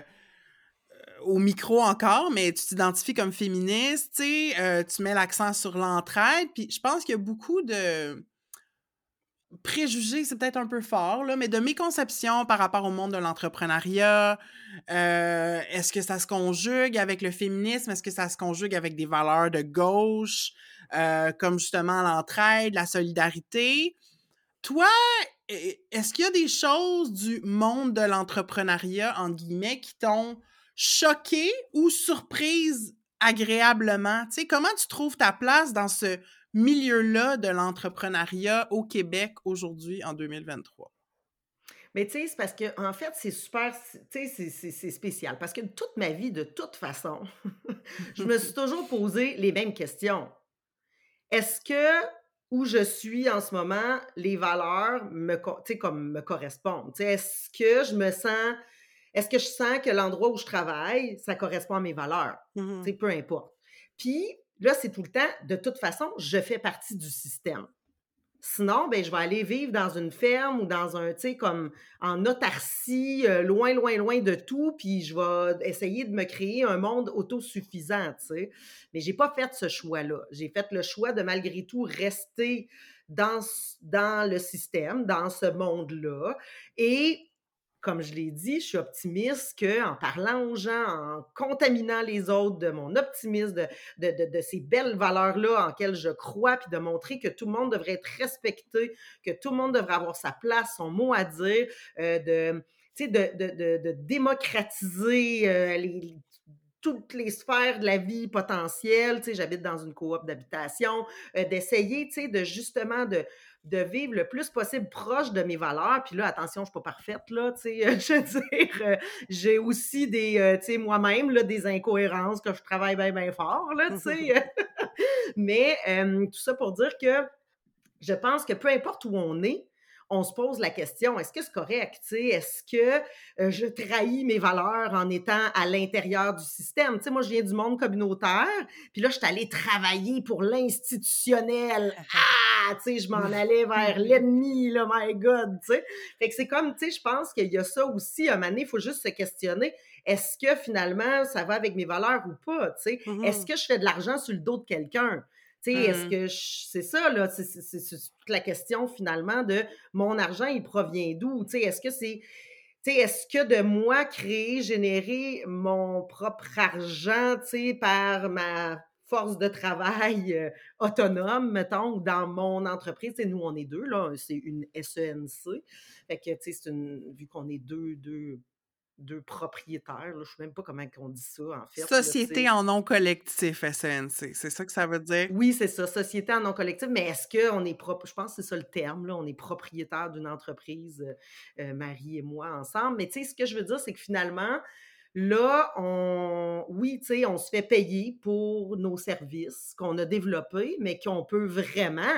B: au micro encore, mais tu t'identifies comme féministe, tu sais, tu mets l'accent sur l'entraide, puis je pense qu'il y a beaucoup de préjugés, c'est peut-être un peu fort, là, mais de méconceptions par rapport au monde de l'entrepreneuriat. Est-ce que ça se conjugue avec le féminisme? Est-ce que ça se conjugue avec des valeurs de gauche, comme justement l'entraide, la solidarité? Toi, est-ce qu'il y a des choses du monde de l'entrepreneuriat, entre guillemets, qui t'ont choqué ou surprise agréablement? Tu sais, comment tu trouves ta place dans ce milieu-là de l'entrepreneuriat au Québec aujourd'hui, en 2023?
C: Mais tu sais, c'est parce que en fait, c'est super, tu sais, c'est spécial parce que toute ma vie, de toute façon, je me suis toujours posé les mêmes questions. Est-ce que où je suis en ce moment, les valeurs tu sais, comme me correspondent? Tu sais, est-ce que je sens que l'endroit où je travaille, ça correspond à mes valeurs?
A: Mmh.
C: Tu sais, peu importe. Puis là, c'est tout le temps, de toute façon, je fais partie du système. Sinon, ben, je vais aller vivre dans une ferme ou dans un, tu sais, comme en autarcie, loin, loin, loin de tout, puis je vais essayer de me créer un monde autosuffisant, tu sais. Mais j'ai pas fait ce choix-là. J'ai fait le choix de malgré tout rester dans le système, dans ce monde-là. Et comme je l'ai dit, je suis optimiste qu'en parlant aux gens, en contaminant les autres de mon optimisme, de ces belles valeurs-là en quelles je crois, puis de montrer que tout le monde devrait être respecté, que tout le monde devrait avoir sa place, son mot à dire, tu sais, de démocratiser toutes les sphères de la vie potentielle. Tu sais, j'habite dans une coop d'habitation, d'essayer, tu sais, de justement de vivre le plus possible proche de mes valeurs. Puis là, attention, je ne suis pas parfaite, là, tu sais, je veux dire, j'ai aussi tu sais, moi-même, là, des incohérences que je travaille bien, bien fort, là, tu sais. Mais tout ça pour dire que je pense que peu importe où on est, on se pose la question, est-ce que c'est correct? Est-ce que je trahis mes valeurs en étant à l'intérieur du système? Moi, je viens du monde communautaire, puis là, je suis allée travailler pour l'institutionnel. Ah! Je m'en allais vers l'ennemi, là, my God! Fait que c'est comme, je pense qu'il y a ça aussi. À un moment donné, il faut juste se questionner, est-ce que finalement, ça va avec mes valeurs ou pas? Est-ce
A: Mmh.
C: que je fais de l'argent sur le dos de quelqu'un? Est-ce
B: Mhm.
C: que c'est ça, là, c'est toute la question finalement de mon argent, il provient d'où? Est-ce que est-ce que de moi créer, générer mon propre argent, par ma force de travail autonome, mettons, ou dans mon entreprise? Nous, on est deux, là, c'est une SENC. Fait que, vu qu'on est deux propriétaires, là, je sais même pas comment on dit ça, en fait, là,
B: Société en nom collectif, SENC, c'est ça que ça veut dire?
C: Oui, c'est ça, société en non collectif, mais est-ce qu'on est propre? Je pense que c'est ça le terme, là, on est propriétaire d'une entreprise, Marie et moi ensemble. Mais tu sais, ce que je veux dire, c'est que finalement, là, oui, tu sais, on se fait payer pour nos services qu'on a développés, mais qu'on peut vraiment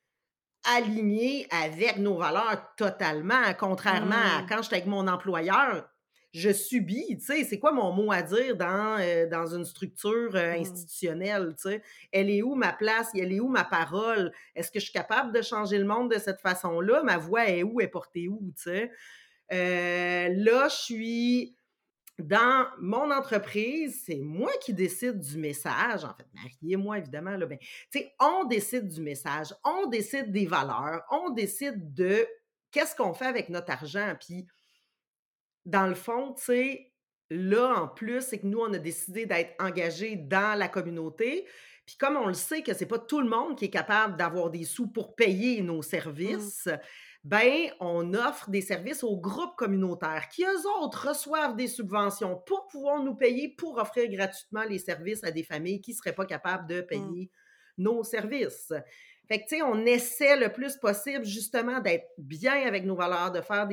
C: aligner avec nos valeurs totalement, contrairement à
A: Mmh.
C: quand j'étais avec mon employeur, je subis, tu sais, c'est quoi mon mot à dire dans une structure
A: Mmh.
C: institutionnelle, tu sais? Elle est où ma place? Elle est où ma parole? Est-ce que je suis capable de changer le monde de cette façon-là? Ma voix est où? Est portée où, tu sais? Là, je suis dans mon entreprise, c'est moi qui décide du message. En fait, Marie et moi, évidemment, là, ben, tu sais, on décide du message, on décide des valeurs, on décide de qu'est-ce qu'on fait avec notre argent. Puis, dans le fond, tu sais, là, en plus, c'est que nous, on a décidé d'être engagés dans la communauté. Puis comme on le sait que c'est pas tout le monde qui est capable d'avoir des sous pour payer nos
A: Mmh.
C: services, ben on offre des services aux groupes communautaires qui, eux autres, reçoivent des subventions pour pouvoir nous payer pour offrir gratuitement les services à des familles qui seraient pas capables de
A: Mmh.
C: payer nos services. Fait que, tu sais, on essaie le plus possible, justement, d'être bien avec nos valeurs, de faire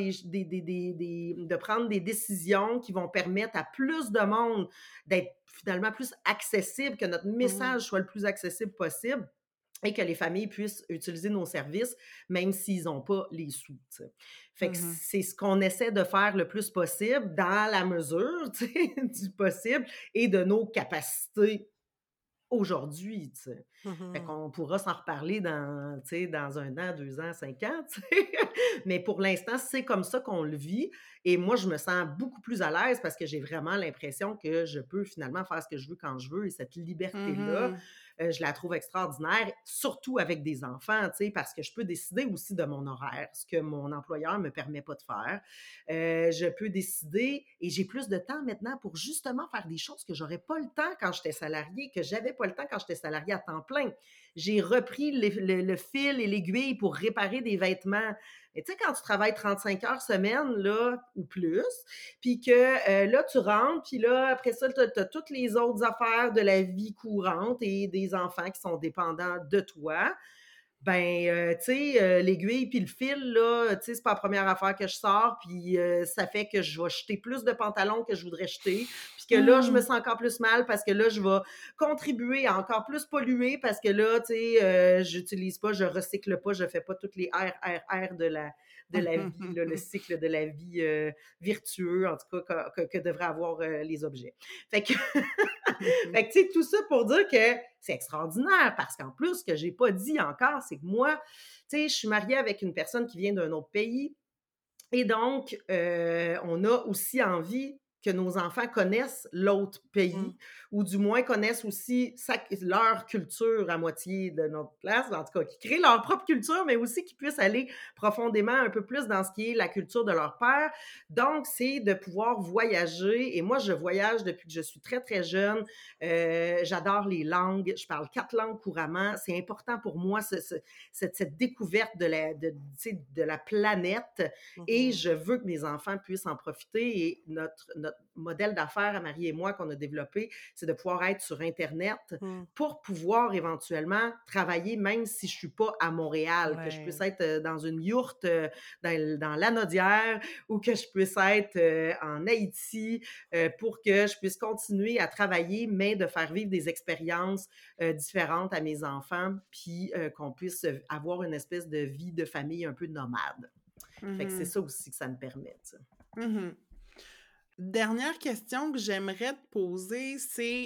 C: de prendre des décisions qui vont permettre à plus de monde d'être finalement plus accessible, que notre
B: Mmh.
C: message soit le plus accessible possible et que les familles puissent utiliser nos services, même s'ils n'ont pas les sous, tu sais. Fait que
B: Mmh.
C: c'est ce qu'on essaie de faire le plus possible dans la mesure, tu sais, du possible et de nos capacités aujourd'hui, tu sais. Fait
A: Mmh.
C: qu'on pourra s'en reparler dans, tu sais, dans 1 an, 2 ans, 5 ans, tu sais. Mais pour l'instant, c'est comme ça qu'on le vit et moi, je me sens beaucoup plus à l'aise parce que j'ai vraiment l'impression que je peux finalement faire ce que je veux quand je veux et cette liberté-là,
B: Mmh.
C: je la trouve extraordinaire, surtout avec des enfants, tu sais, parce que je peux décider aussi de mon horaire, ce que mon employeur me permet pas de faire. Je peux décider et j'ai plus de temps maintenant pour justement faire des choses que j'aurais pas le temps quand j'étais salariée, que j'avais pas le temps quand j'étais salariée à temps plein. J'ai repris le fil et l'aiguille pour réparer des vêtements. Mais tu sais, quand tu travailles 35 heures semaine, là, ou plus, puis que là, tu rentres, puis là, après ça, tu as toutes les autres affaires de la vie courante et des enfants qui sont dépendants de toi. Ben, tu sais, l'aiguille puis le fil, là, tu sais, c'est pas la première affaire que je sors, puis ça fait que je vais jeter plus de pantalons que je voudrais jeter, puis que là, je me
B: Mmh.
C: sens encore plus mal parce que là, je vais contribuer à encore plus polluer parce que là, tu sais, j'utilise pas, je recycle pas, je fais pas toutes les R de la vie, là, le cycle de la vie virtueux, en tout cas, que devraient avoir les objets. Fait que fait que, tu sais, tout ça pour dire que c'est extraordinaire parce qu'en plus, ce que j'ai pas dit encore, c'est que moi, tu sais, je suis mariée avec une personne qui vient d'un autre pays et donc, on a aussi envie que nos enfants connaissent l'autre
A: Mmh.
C: pays ou du moins connaissent aussi leur culture à moitié de notre place, en tout cas, qui créent leur propre culture, mais aussi qu'ils puissent aller profondément un peu plus dans ce qui est la culture de leur père. Donc, c'est de pouvoir voyager. Et moi, je voyage depuis que je suis très, très jeune. J'adore les langues. Je parle 4 langues couramment. C'est important pour moi, cette découverte tu sais, de la planète et
A: Mmh.
C: je veux que mes enfants puissent en profiter. Et notre modèle d'affaires à Marie et moi qu'on a développé, c'est de pouvoir être sur Internet
A: Mmh.
C: pour pouvoir éventuellement travailler, même si je ne suis pas à Montréal, que je puisse
A: Ouais.
C: être dans une yourte dans l'Anaudière ou que je puisse être en Haïti pour que je puisse continuer à travailler, mais de faire vivre des expériences différentes à mes enfants, puis qu'on puisse avoir une espèce de vie de famille un peu nomade. Fait que c'est
B: Mmh.
C: ça aussi que ça me permet, tu sais.
B: Mmh. Dernière question que j'aimerais te poser, c'est,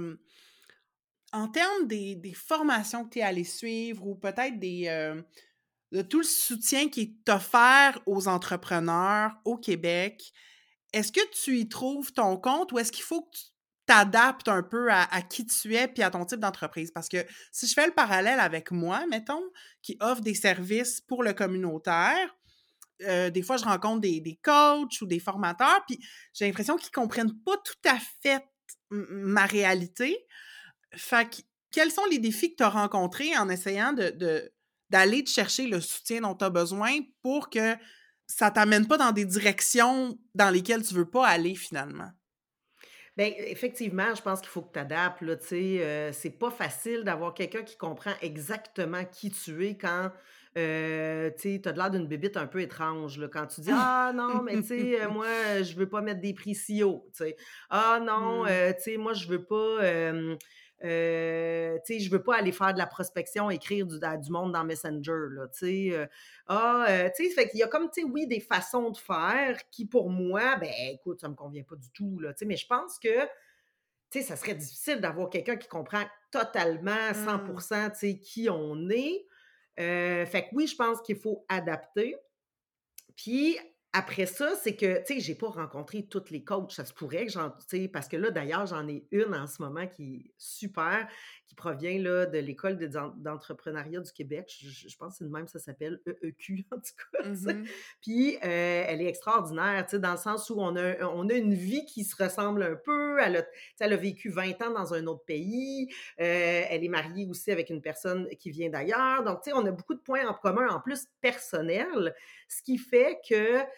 B: en termes des formations que tu es allée suivre ou peut-être de tout le soutien qui est offert aux entrepreneurs au Québec, est-ce que tu y trouves ton compte ou est-ce qu'il faut que tu t'adaptes un peu à qui tu es puis à ton type d'entreprise? Parce que si je fais le parallèle avec moi, mettons, qui offre des services pour le communautaire, des fois, je rencontre des coachs ou des formateurs, puis j'ai l'impression qu'ils comprennent pas tout à fait ma réalité. Fait que, quels sont les défis que tu as rencontrés en essayant d'aller te chercher le soutien dont tu as besoin pour que ça t'amène pas dans des directions dans lesquelles tu veux pas aller finalement?
C: Bien, effectivement, je pense qu'il faut que tu adaptes, là, tu sais, c'est pas facile d'avoir quelqu'un qui comprend exactement qui tu es quand, tu sais, tu as l'air d'une bébite un peu étrange, là, quand tu dis: «Ah non, mais tu sais, moi, je veux pas mettre des prix si hauts», tu sais. «Ah non,
B: Mmh.
C: tu sais, moi, je veux pas, tu sais, je veux pas aller faire de la prospection, écrire du monde dans Messenger, là», tu sais, tu sais, fait qu'il y a comme, tu sais, oui, des façons de faire qui, pour moi, ben, écoute, ça me convient pas du tout, là, tu sais, mais je pense que, tu sais, ça serait difficile d'avoir quelqu'un qui comprend totalement,
B: Mmh.
C: 100%, tu sais, qui on est. Fait que oui, je pense qu'il faut adapter. Puis après ça, c'est que, tu sais, j'ai pas rencontré toutes les coachs. Ça se pourrait que tu sais, parce que là, d'ailleurs, j'en ai une en ce moment qui est super, qui provient là, de l'École d'entrepreneuriat du Québec. Je pense que c'est de même, ça s'appelle EEQ, en tout cas. Tu sais.
B: Mmh.
C: Puis elle est extraordinaire, tu sais, dans le sens où on a une vie qui se ressemble un peu. Tu sais, elle a vécu 20 ans dans un autre pays. Elle est mariée aussi avec une personne qui vient d'ailleurs. Donc, tu sais, on a beaucoup de points en commun, en plus personnels, ce qui fait que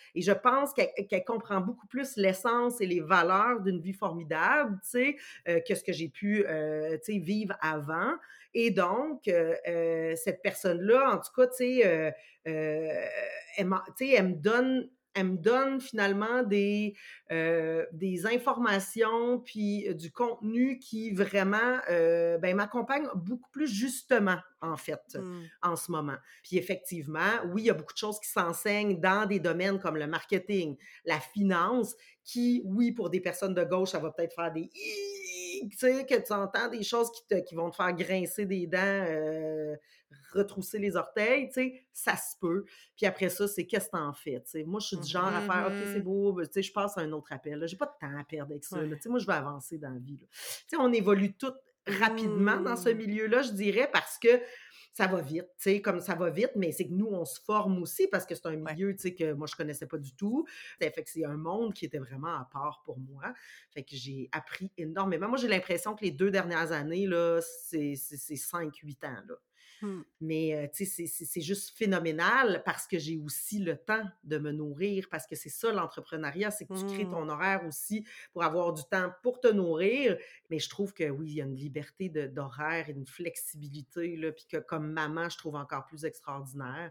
C: Et je pense qu'elle comprend beaucoup plus l'essence et les valeurs d'une vie formidable, tu sais, que ce que j'ai pu, tu sais, vivre avant. Et donc, cette personne-là, en tout cas, tu sais, tu sais, elle me donne finalement des informations puis du contenu qui vraiment ben, m'accompagne beaucoup plus justement, en fait,
A: Mmh.
C: en ce moment. Puis effectivement, oui, il y a beaucoup de choses qui s'enseignent dans des domaines comme le marketing, la finance, qui, oui, pour des personnes de gauche, ça va peut-être faire des tu sais, que tu entends des choses qui vont te faire grincer des dents, retrousser les orteils, tu sais, ça se peut. Puis après ça, c'est qu'est-ce que t'en fais, tu sais. Moi, je suis du genre à faire, OK, c'est
B: Mhm.
C: beau, ben, tu sais, je passe à un autre appel, là. J'ai pas de temps à perdre avec ça, là.
A: Ouais.
C: Tu sais, moi, je veux avancer dans la vie, là. Tu sais, on évolue toutes rapidement dans ce
A: Mmh.
C: milieu-là, je dirais, parce que ça va vite, tu sais, comme ça va vite, mais c'est que nous, on se forme aussi parce que c'est un
A: Ouais.
C: milieu, tu sais, que moi, je connaissais pas du tout. Fait que c'est un monde qui était vraiment à part pour moi. Fait que j'ai appris énormément. Moi, j'ai l'impression que les 2 dernières années, là, c'est 5-8 ans, là.
A: Mmh.
C: Mais, tu sais, c'est juste phénoménal parce que j'ai aussi le temps de me nourrir, parce que c'est ça l'entrepreneuriat, c'est que tu crées
A: Mmh.
C: ton horaire aussi pour avoir du temps pour te nourrir. Mais je trouve que oui, il y a une liberté d'horaire et une flexibilité, là, puis que comme maman, je trouve encore plus extraordinaire.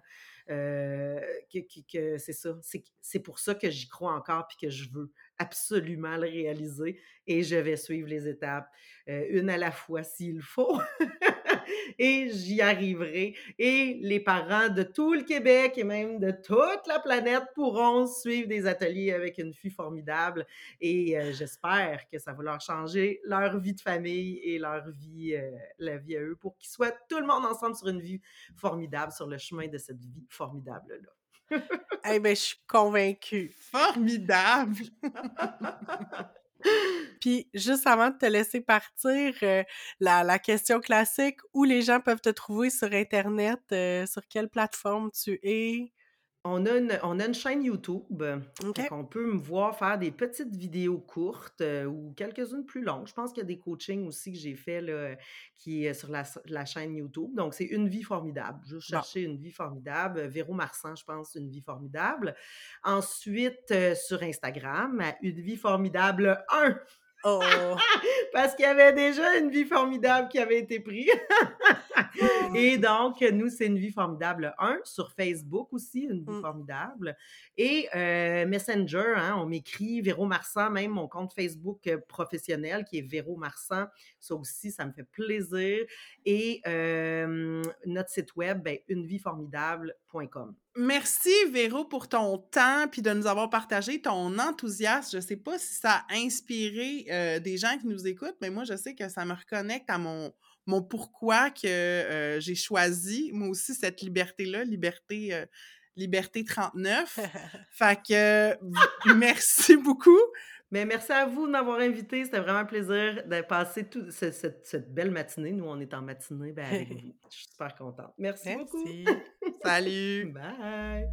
C: Que c'est ça. C'est pour ça que j'y crois encore puis que je veux absolument le réaliser et je vais suivre les étapes, une à la fois s'il faut. Et j'y arriverai. Et les parents de tout le Québec et même de toute la planète pourront suivre des ateliers avec une fille formidable. Et j'espère que ça va leur changer leur vie de famille et leur vie, la vie à eux, pour qu'ils soient tout le monde ensemble sur une vie formidable, sur le chemin de cette vie formidable-là.
A: Eh ben, je suis convaincue.
B: Formidable!
A: Puis, juste avant de te laisser partir, la question classique, où les gens peuvent te trouver sur internet, sur quelle plateforme tu es?
C: On a une chaîne YouTube, fait
A: OK.
C: qu'on peut me voir faire des petites vidéos courtes, ou quelques-unes plus longues. Je pense qu'il y a des coachings aussi que j'ai fait là, qui est sur la chaîne YouTube. Donc c'est Une vie formidable. Juste
A: Bon.
C: chercher Une vie formidable, Véro Marsan, je pense, Une vie formidable. Ensuite, sur Instagram, à Une vie formidable 1,
A: Oh!
C: parce qu'il y avait déjà Une vie formidable qui avait été pris. Et donc, nous, c'est Une vie formidable 1 sur Facebook aussi, Une vie
A: Mmh.
C: formidable. Et Messenger, hein, on m'écrit Véro Marsan, même mon compte Facebook professionnel qui est Véro Marsan. Ça aussi, ça me fait plaisir. Et notre site web, ben, unevieformidable.com.
B: Merci Véro pour ton temps puis de nous avoir partagé ton enthousiasme. Je sais pas si ça a inspiré des gens qui nous écoutent, mais moi je sais que ça me reconnecte à mon pourquoi que j'ai choisi moi aussi cette liberté-là, liberté 39. Fait que merci beaucoup.
C: Mais merci à vous de m'avoir invité. C'était vraiment un plaisir de passer toute cette belle matinée. Nous, on est en matinée ben, avec vous. Je suis super contente. Merci beaucoup.
A: Merci.
B: Salut.
C: Bye.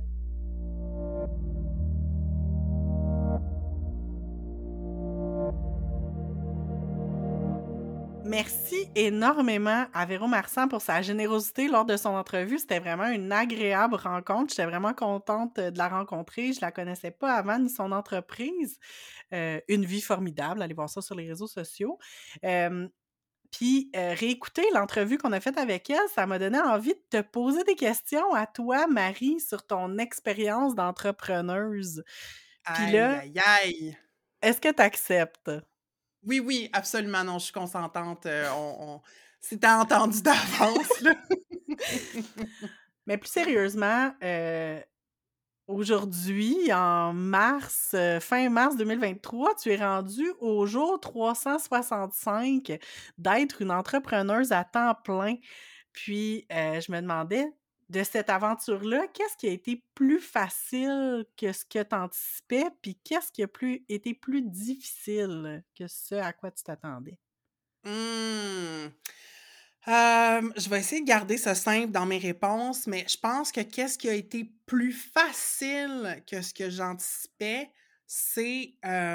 A: Merci énormément à Véro Marsan pour sa générosité lors de son entrevue. C'était vraiment une agréable rencontre. J'étais vraiment contente de la rencontrer. Je la connaissais pas avant ni son entreprise. Une vie formidable. Allez voir ça sur les réseaux sociaux. Puis réécouter l'entrevue qu'on a faite avec elle, ça m'a donné envie de te poser des questions à toi, Marie, sur ton expérience d'entrepreneuse. Puis
B: Aïe,
A: là,
B: aïe, aïe.
A: est-ce que tu acceptes?
B: Oui, oui, absolument, non, je suis consentante, c'était entendu d'avance, là.
A: Mais plus sérieusement, aujourd'hui, en mars, fin mars 2023, tu es rendue au jour 365 d'être une entrepreneuse à temps plein. Puis, je me demandais, de cette aventure-là, qu'est-ce qui a été plus facile que ce que tu anticipais? Puis qu'est-ce qui a été plus difficile que ce à quoi tu t'attendais?
B: Mmh. Je vais essayer de garder ça simple dans mes réponses, mais je pense que qu'est-ce qui a été plus facile que ce que j'anticipais, c'est,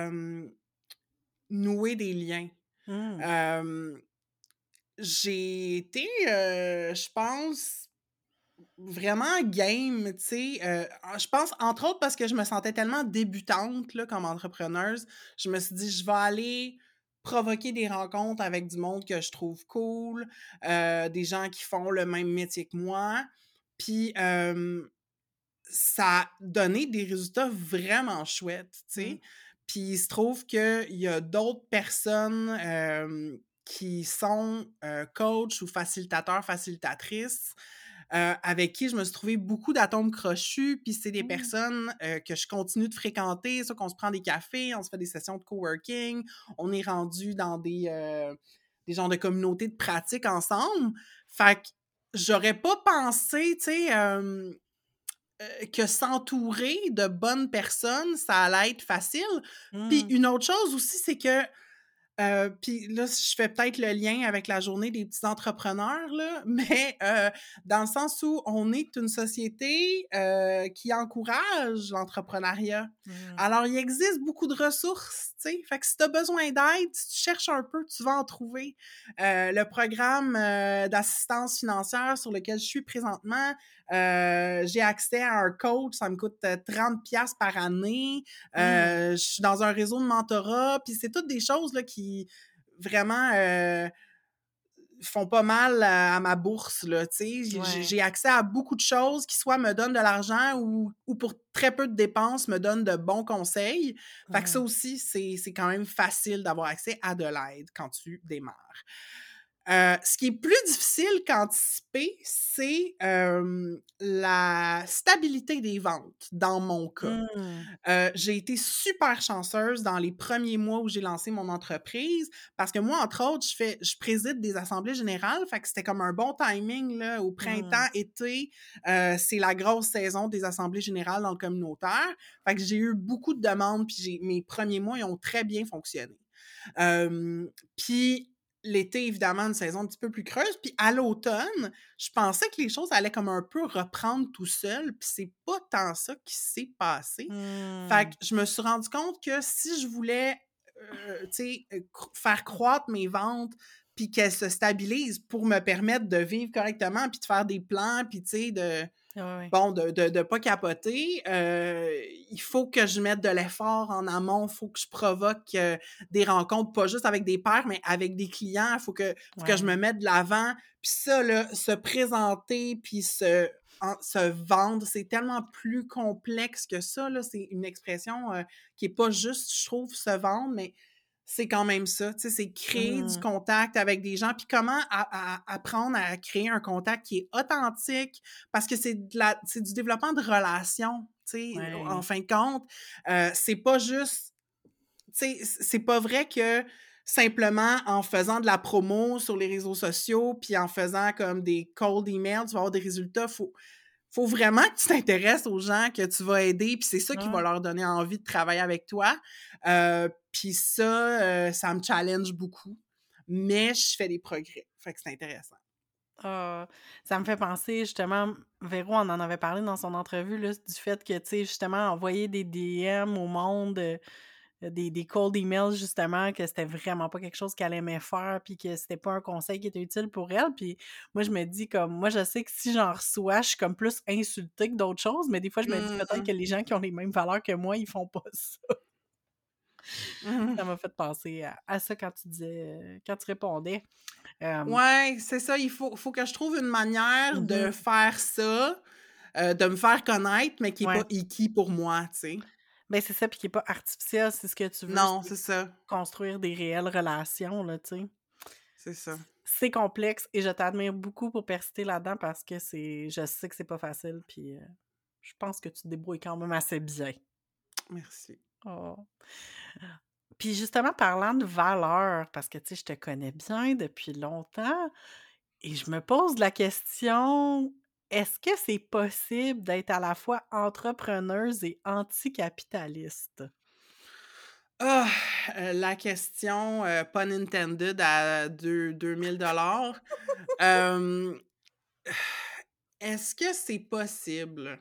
B: nouer des liens.
A: Mmh.
B: Hem, j'ai été, je pense vraiment game, tu sais, je pense, entre autres, parce que je me sentais tellement débutante, là, comme entrepreneuse. Je me suis dit: «Je vais aller provoquer des rencontres avec du monde que je trouve cool, des gens qui font le même métier que moi». Puis, ça a donné des résultats vraiment chouettes, tu
A: Mmh.
B: sais. Puis il se trouve qu'il y a d'autres personnes, qui sont, coachs ou facilitateurs, facilitatrices, avec qui je me suis trouvé beaucoup d'atomes crochus. Puis c'est des
A: Mmh.
B: personnes, que je continue de fréquenter, ça qu'on se prend des cafés, on se fait des sessions de coworking, on est rendu dans des genres de communautés de pratique ensemble. Fait que j'aurais pas pensé, tu sais, que s'entourer de bonnes personnes, ça allait être facile. Puis
A: Mmh.
B: une autre chose aussi, c'est que, puis là, je fais peut-être le lien avec la journée des petits entrepreneurs, là, mais dans le sens où on est une société, qui encourage l'entrepreneuriat.
A: Mmh.
B: Alors, il existe beaucoup de ressources, tu sais? Fait que si tu as besoin d'aide, si tu cherches un peu, tu vas en trouver. Le programme, d'assistance financière sur lequel je suis présentement, j'ai accès à un coach, ça me coûte, 30$ par année.
A: Mmh.
B: Je suis dans un réseau de mentorat, puis c'est toutes des choses là, qui vraiment font pas mal à ma bourse. Là, tu sais.
A: Ouais.
B: J'ai accès à beaucoup de choses qui soit me donnent de l'argent ou pour très peu de dépenses me donnent de bons conseils. Fait que ça
A: Mmh.
B: aussi, c'est quand même facile d'avoir accès à de l'aide quand tu démarres. Ce qui est plus difficile qu'anticiper, c'est la stabilité des ventes dans mon cas.
A: Mmh.
B: J'ai été super chanceuse dans les premiers mois où j'ai lancé mon entreprise parce que moi, entre autres, je préside des assemblées générales, fait que c'était comme un bon timing là, au
A: Mmh.
B: printemps, été, c'est la grosse saison des assemblées générales dans le communautaire. Fait que j'ai eu beaucoup de demandes, puis mes premiers mois, ils ont très bien fonctionné. Puis l'été, évidemment, une saison un petit peu plus creuse. Puis à l'automne, je pensais que les choses allaient comme un peu reprendre tout seul, puis c'est pas tant ça qui s'est passé. Fait
A: Mmh.
B: que je me suis rendu compte que si je voulais, tu sais, faire croître mes ventes, puis qu'elles se stabilisent pour me permettre de vivre correctement, puis de faire des plans, puis tu sais,
A: Ouais, ouais.
B: bon, de pas capoter, il faut que je mette de l'effort en amont, il faut que je provoque, des rencontres, pas juste avec des pairs, mais avec des clients. Il faut que je me
A: Ouais.
B: mette de l'avant. Puis ça, là, se présenter puis se vendre, c'est tellement plus complexe que ça, là. C'est une expression, qui est pas juste, je trouve, se vendre, mais c'est quand même ça, tu sais, c'est créer du
A: Mmh.
B: contact avec des gens, puis comment apprendre à créer un contact qui est authentique, parce que c'est du développement de relations, tu sais, en
A: Ouais.
B: fin de compte. C'est pas juste, tu sais, c'est pas vrai que simplement en faisant de la promo sur les réseaux sociaux, puis en faisant comme des cold emails, tu vas avoir des résultats. Faut vraiment que tu t'intéresses aux gens que tu vas aider, puis c'est ça qui va
A: Ouais.
B: leur donner envie de travailler avec toi. Puis ça, ça me challenge beaucoup, mais je fais des progrès. Fait que c'est intéressant.
A: Ah, ça me fait penser justement, Véro, on en avait parlé dans son entrevue là, du fait que, tu sais, justement, envoyer des DM au monde, des cold emails justement, que c'était vraiment pas quelque chose qu'elle aimait faire, puis que c'était pas un conseil qui était utile pour elle. Puis moi, je me dis comme moi, je sais que si j'en reçois, je suis comme plus insultée que d'autres choses, mais des fois, je me dis peut-être que
B: Mmh
A: les gens qui ont les mêmes valeurs que moi, ils font pas ça.
B: mh.
A: Ça m'a fait penser à ça quand tu disais, quand tu répondais. Hem,
B: Ouais, c'est ça, il faut que je trouve une manière de
A: mmh
B: faire ça, de me faire connaître, mais qui est pas
A: Ouais.
B: icky pour moi, tu sais?
A: Ben, c'est ça, puis qui est pas artificiel, c'est ce que tu veux,
B: Non,
A: c'est
B: c'est ça,
A: construire des réelles relations, là, tu sais.
B: c'est ça.
A: C'est complexe et je t'admire beaucoup pour persister là-dedans parce que je sais que c'est pas facile, puis, je pense que tu te débrouilles quand même assez bien.
B: Merci.
A: Oh. Puis justement, parlant de valeurs, parce que, tu sais, je te connais bien depuis longtemps et je me pose la question, est-ce que c'est possible d'être à la fois entrepreneuse et anticapitaliste?
B: Ah! La question, pun intended à 2 000 $. Hem, est-ce que c'est possible?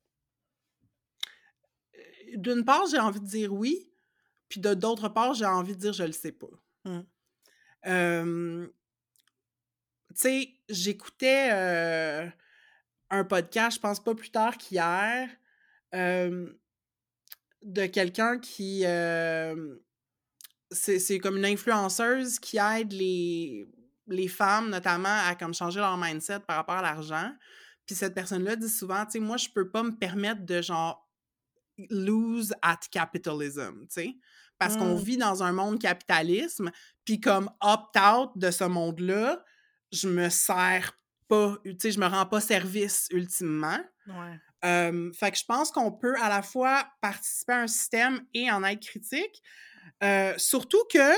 B: D'une part, j'ai envie de dire oui, puis de d'autre part, j'ai envie de dire je le sais pas.
A: Mmh.
B: Tu sais, j'écoutais, un podcast, je pense pas plus tard qu'hier, hem, de quelqu'un qui, c'est comme une influenceuse qui aide les femmes, notamment, à comme changer leur mindset par rapport à l'argent. Puis cette personne-là dit souvent, tu sais: «Moi, je peux pas me permettre de genre lose at capitalism», tu sais? Parce qu'on
A: Mmh.
B: vit dans un monde capitalisme, puis comme opt-out de ce monde-là, je me sers pas, tu sais, je me rends pas service ultimement.
A: Ouais.
B: Fait que je pense qu'on peut à la fois participer à un système et en être critique. Surtout que,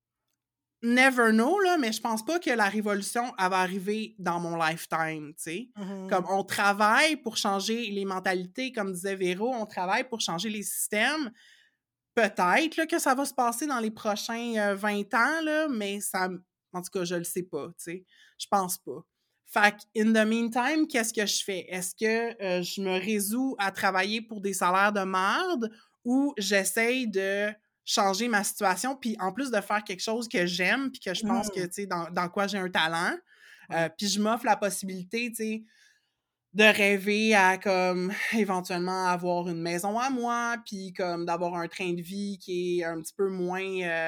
B: never know, là, mais je pense pas que la révolution, elle va arriver dans mon lifetime, tu sais? Comme
A: Mmh.
B: on travaille pour changer les mentalités, comme disait Véro, on travaille pour changer les systèmes. Peut-être là, que ça va se passer dans les prochains 20 ans, là, mais en tout cas, je le sais pas, tu sais. Je pense pas. Fait que, in the meantime, qu'est-ce que je fais? Est-ce que je me résous à travailler pour des salaires de merde ou j'essaye de changer ma situation, puis en plus de faire quelque chose que j'aime, puis que je pense que,
A: Mmh.
B: tu sais, dans quoi j'ai un talent,
A: Ouais.
B: puis je m'offre la possibilité, tu sais, de rêver à comme éventuellement avoir une maison à moi, puis comme d'avoir un train de vie qui est un petit peu moins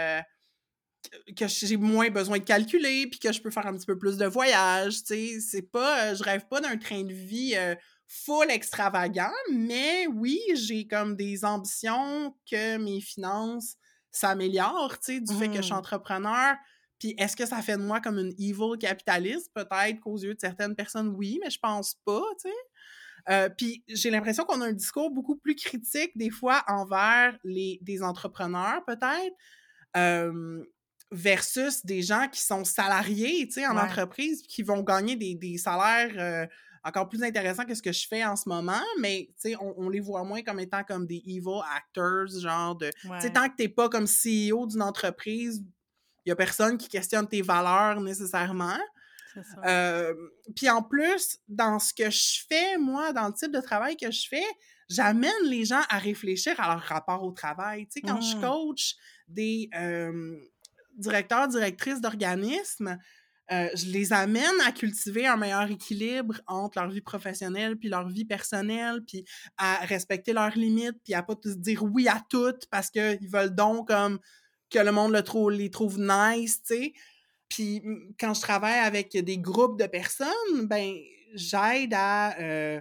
B: que j'ai moins besoin de calculer, puis que je peux faire un petit peu plus de voyages, tu sais, c'est pas je rêve pas d'un train de vie full extravagant, mais oui, j'ai comme des ambitions que mes finances s'améliorent, tu sais, du fait que je suis
A: Mmh.
B: entrepreneur. Puis est-ce que ça fait de moi comme une evil capitaliste? Peut-être qu'aux yeux de certaines personnes, oui, mais je pense pas, tu sais. Puis j'ai l'impression qu'on a un discours beaucoup plus critique des fois envers des entrepreneurs, peut-être, euh, versus des gens qui sont salariés, tu sais, en
A: Ouais.
B: entreprise, puis qui vont gagner des salaires encore plus intéressants que ce que je fais en ce moment, mais tu sais, on les voit moins comme étant comme des evil actors, genre de... Tu sais,
A: Ouais.
B: tant que t'es pas comme CEO d'une entreprise, il y a personne qui questionne tes valeurs nécessairement.
A: C'est ça.
B: Puis en plus, dans ce que je fais, moi, dans le type de travail que je fais, j'amène les gens à réfléchir à leur rapport au travail. Tu sais, quand je
A: Mmh.
B: coach des directeurs, directrices d'organismes, je les amène à cultiver un meilleur équilibre entre leur vie professionnelle puis leur vie personnelle, puis à respecter leurs limites, puis à pas se dire oui à tout parce qu'ils veulent donc comme que le monde les trouve nice, tu sais. Puis quand je travaille avec des groupes de personnes, ben j'aide à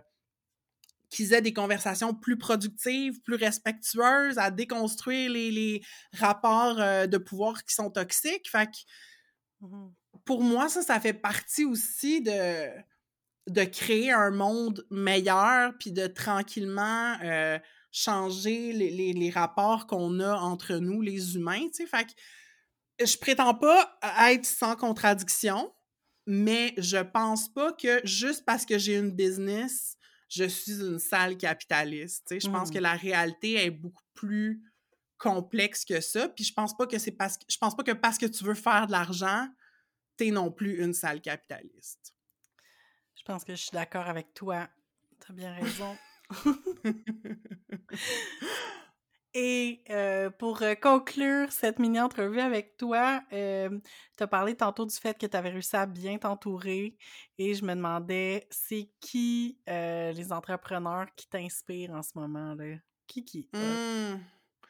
B: qu'ils aient des conversations plus productives, plus respectueuses, à déconstruire les rapports de pouvoir qui sont toxiques. Fait que
A: Mmh.
B: pour moi, ça fait partie aussi de créer un monde meilleur, puis de tranquillement changer les rapports qu'on a entre nous, les humains, tu sais. Fait que je prétends pas être sans contradiction, mais je pense pas que juste parce que j'ai une business, je suis une sale capitaliste, tu sais. Je pense que
A: Mmh.
B: la réalité est beaucoup plus complexe que ça, puis je pense pas que parce que tu veux faire de l'argent, t'es non plus une sale capitaliste.
A: Je pense que je suis d'accord avec toi. Tu as bien raison. Et pour, conclure cette mini-entrevue avec toi, tu as parlé tantôt du fait que tu avais réussi à bien t'entourer et je me demandais, c'est qui, les entrepreneurs qui t'inspirent en ce moment, là? Qui est hot?
B: Mmh.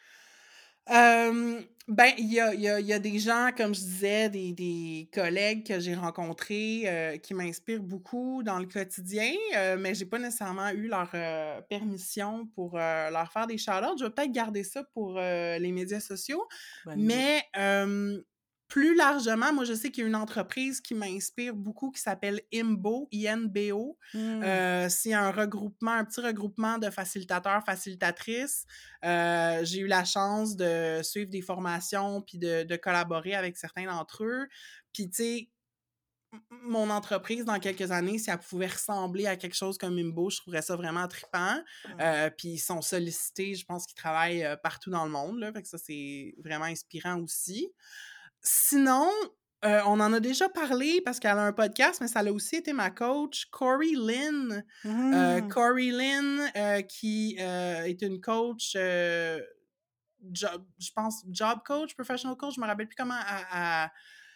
B: Ben, il y a des gens, comme je disais, des collègues que j'ai rencontrés, qui m'inspirent beaucoup dans le quotidien, mais j'ai pas nécessairement eu leur, permission pour, leur faire des shout-outs. Je vais peut-être garder ça pour, les médias sociaux,
A: Bonne idée.
B: mais, plus largement, moi, je sais qu'il y a une entreprise qui m'inspire beaucoup qui s'appelle INBO, INBO.
A: Mmh.
B: C'est un petit regroupement de facilitateurs, facilitatrices. J'ai eu la chance de suivre des formations puis de collaborer avec certains d'entre eux. Puis, tu sais, mon entreprise, dans quelques années, si elle pouvait ressembler à quelque chose comme Imbo, je trouverais ça vraiment trippant.
A: Mmh.
B: Puis ils sont sollicités, je pense qu'ils travaillent partout dans le monde, là, fait que ça, c'est vraiment inspirant aussi. Sinon, on en a déjà parlé parce qu'elle a un podcast, mais ça a aussi été ma coach, Corey Lynn.
A: Mmh.
B: Corey Lynn, qui est une coach, je pense, job coach, professional coach, je me rappelle plus comment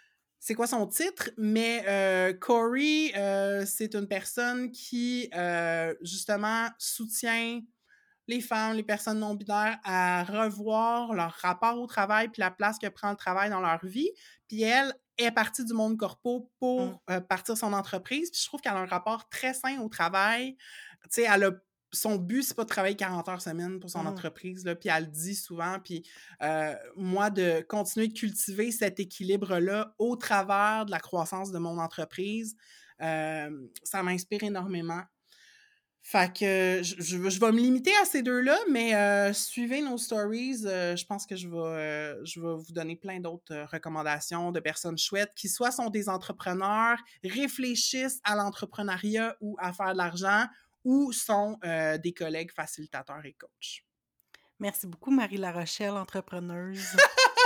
B: c'est quoi son titre, mais Corey, c'est une personne qui, justement, soutient les femmes, les personnes non-binaires à revoir leur rapport au travail puis la place que prend le travail dans leur vie. Puis elle est partie du monde corpo
A: Mmh.
B: pour partir son entreprise. Puis je trouve qu'elle a un rapport très sain au travail. Tu sais, son but, c'est pas de travailler 40 heures semaine pour son
A: Mmh.
B: entreprise, là, puis elle le dit souvent. Puis moi, de continuer de cultiver cet équilibre-là au travers de la croissance de mon entreprise, ça m'inspire énormément. Fait que je vais me limiter à ces deux-là, mais suivez nos stories. Je pense que je vais vous donner plein d'autres recommandations de personnes chouettes qui soit sont des entrepreneurs, réfléchissent à l'entrepreneuriat ou à faire de l'argent, ou sont des collègues facilitateurs et coachs.
A: Merci beaucoup, Marie Larochelle, entrepreneuse.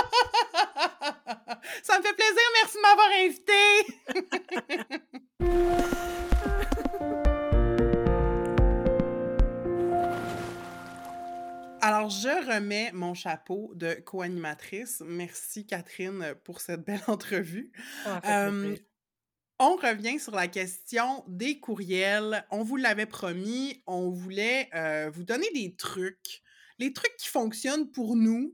B: Ça me fait plaisir. Merci de m'avoir invitée. Alors, je remets mon chapeau de co-animatrice. Merci, Catherine, pour cette belle entrevue.
A: Ça m'a fait plaisir.
B: On revient sur la question des courriels. On vous l'avait promis, on voulait vous donner des trucs. Les trucs qui fonctionnent pour nous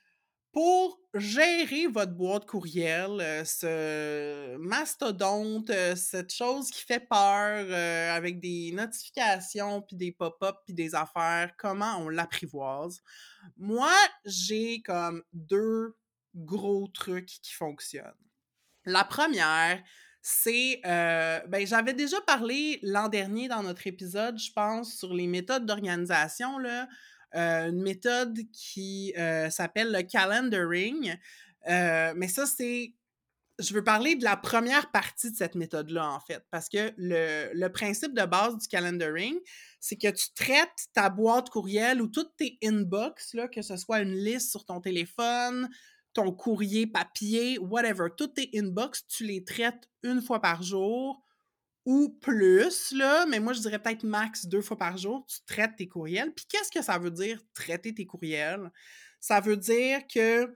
B: pour gérer votre boîte courriel, ce mastodonte, cette chose qui fait peur, avec des notifications, puis des pop-up, puis des affaires, comment on l'apprivoise. Moi, j'ai comme 2 gros trucs qui fonctionnent. La première, c'est, ben, j'avais déjà parlé l'an dernier dans notre épisode, je pense, sur les méthodes d'organisation, là. Une méthode qui s'appelle le calendaring. Mais ça, je veux parler de la première partie de cette méthode-là, en fait, parce que le principe de base du calendaring, c'est que tu traites ta boîte courriel ou toutes tes inbox, là, que ce soit une liste sur ton téléphone, ton courrier papier, whatever, toutes tes inbox, tu les traites une fois par jour ou plus, là, mais moi, je dirais peut-être max 2 fois par jour, tu traites tes courriels. Puis qu'est-ce que ça veut dire, traiter tes courriels? Ça veut dire que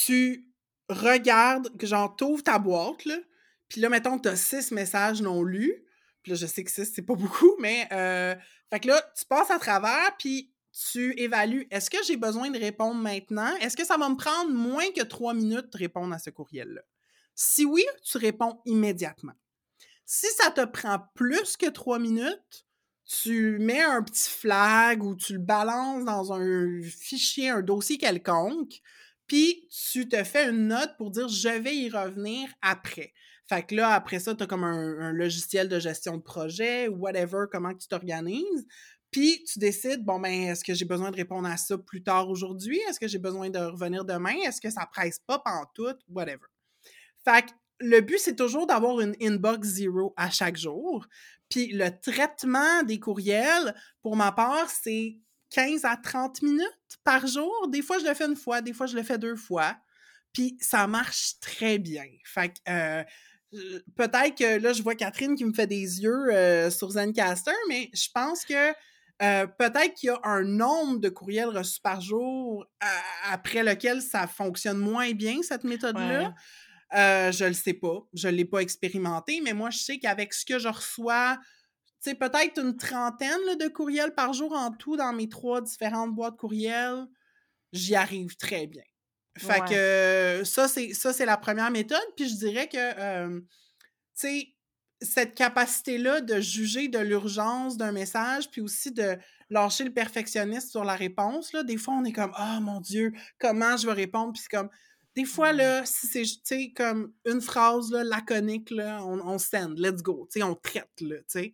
B: tu regardes, que genre, t'ouvres ta boîte, là, puis là, mettons, t'as 6 messages non lus. Puis là, je sais que 6, c'est pas beaucoup, mais fait que là, tu passes à travers, puis tu évalues, est-ce que j'ai besoin de répondre maintenant? Est-ce que ça va me prendre moins que 3 minutes de répondre à ce courriel-là? Si oui, tu réponds immédiatement. Si ça te prend plus que 3 minutes, tu mets un petit flag ou tu le balances dans un fichier, un dossier quelconque, puis tu te fais une note pour dire « je vais y revenir après ». Fait que là, après ça, tu as comme un logiciel de gestion de projet ou whatever, comment tu t'organises. Puis tu décides, bon, ben, est-ce que j'ai besoin de répondre à ça plus tard aujourd'hui? Est-ce que j'ai besoin de revenir demain? Est-ce que ça presse pas pantoute? Whatever. Fait que le but, c'est toujours d'avoir une inbox zero à chaque jour. Puis le traitement des courriels, pour ma part, c'est 15 à 30 minutes par jour. Des fois, je le fais une fois, des fois, je le fais 2 fois. Puis ça marche très bien. Fait que peut-être que là, je vois Catherine qui me fait des yeux sur Zencastr, mais je pense que peut-être qu'il y a un nombre de courriels reçus par jour après lequel ça fonctionne moins bien, cette méthode-là.
A: Ouais.
B: Je le sais pas. Je l'ai pas expérimenté, mais moi, je sais qu'avec ce que je reçois, tu sais, peut-être une trentaine là, de courriels par jour en tout dans mes 3 différentes boîtes courriels, j'y arrive très bien. Fait
A: Ouais.
B: que ça, c'est la première méthode. Puis je dirais que, tu sais, cette capacité-là de juger de l'urgence d'un message, puis aussi de lâcher le perfectionniste sur la réponse, là, des fois, on est comme « Ah, mon Dieu, comment je vais répondre? » Puis c'est comme, des fois, là, si c'est, tu sais, comme une phrase, là, laconique, là, on send, let's go, tu sais, on traite, là, tu sais.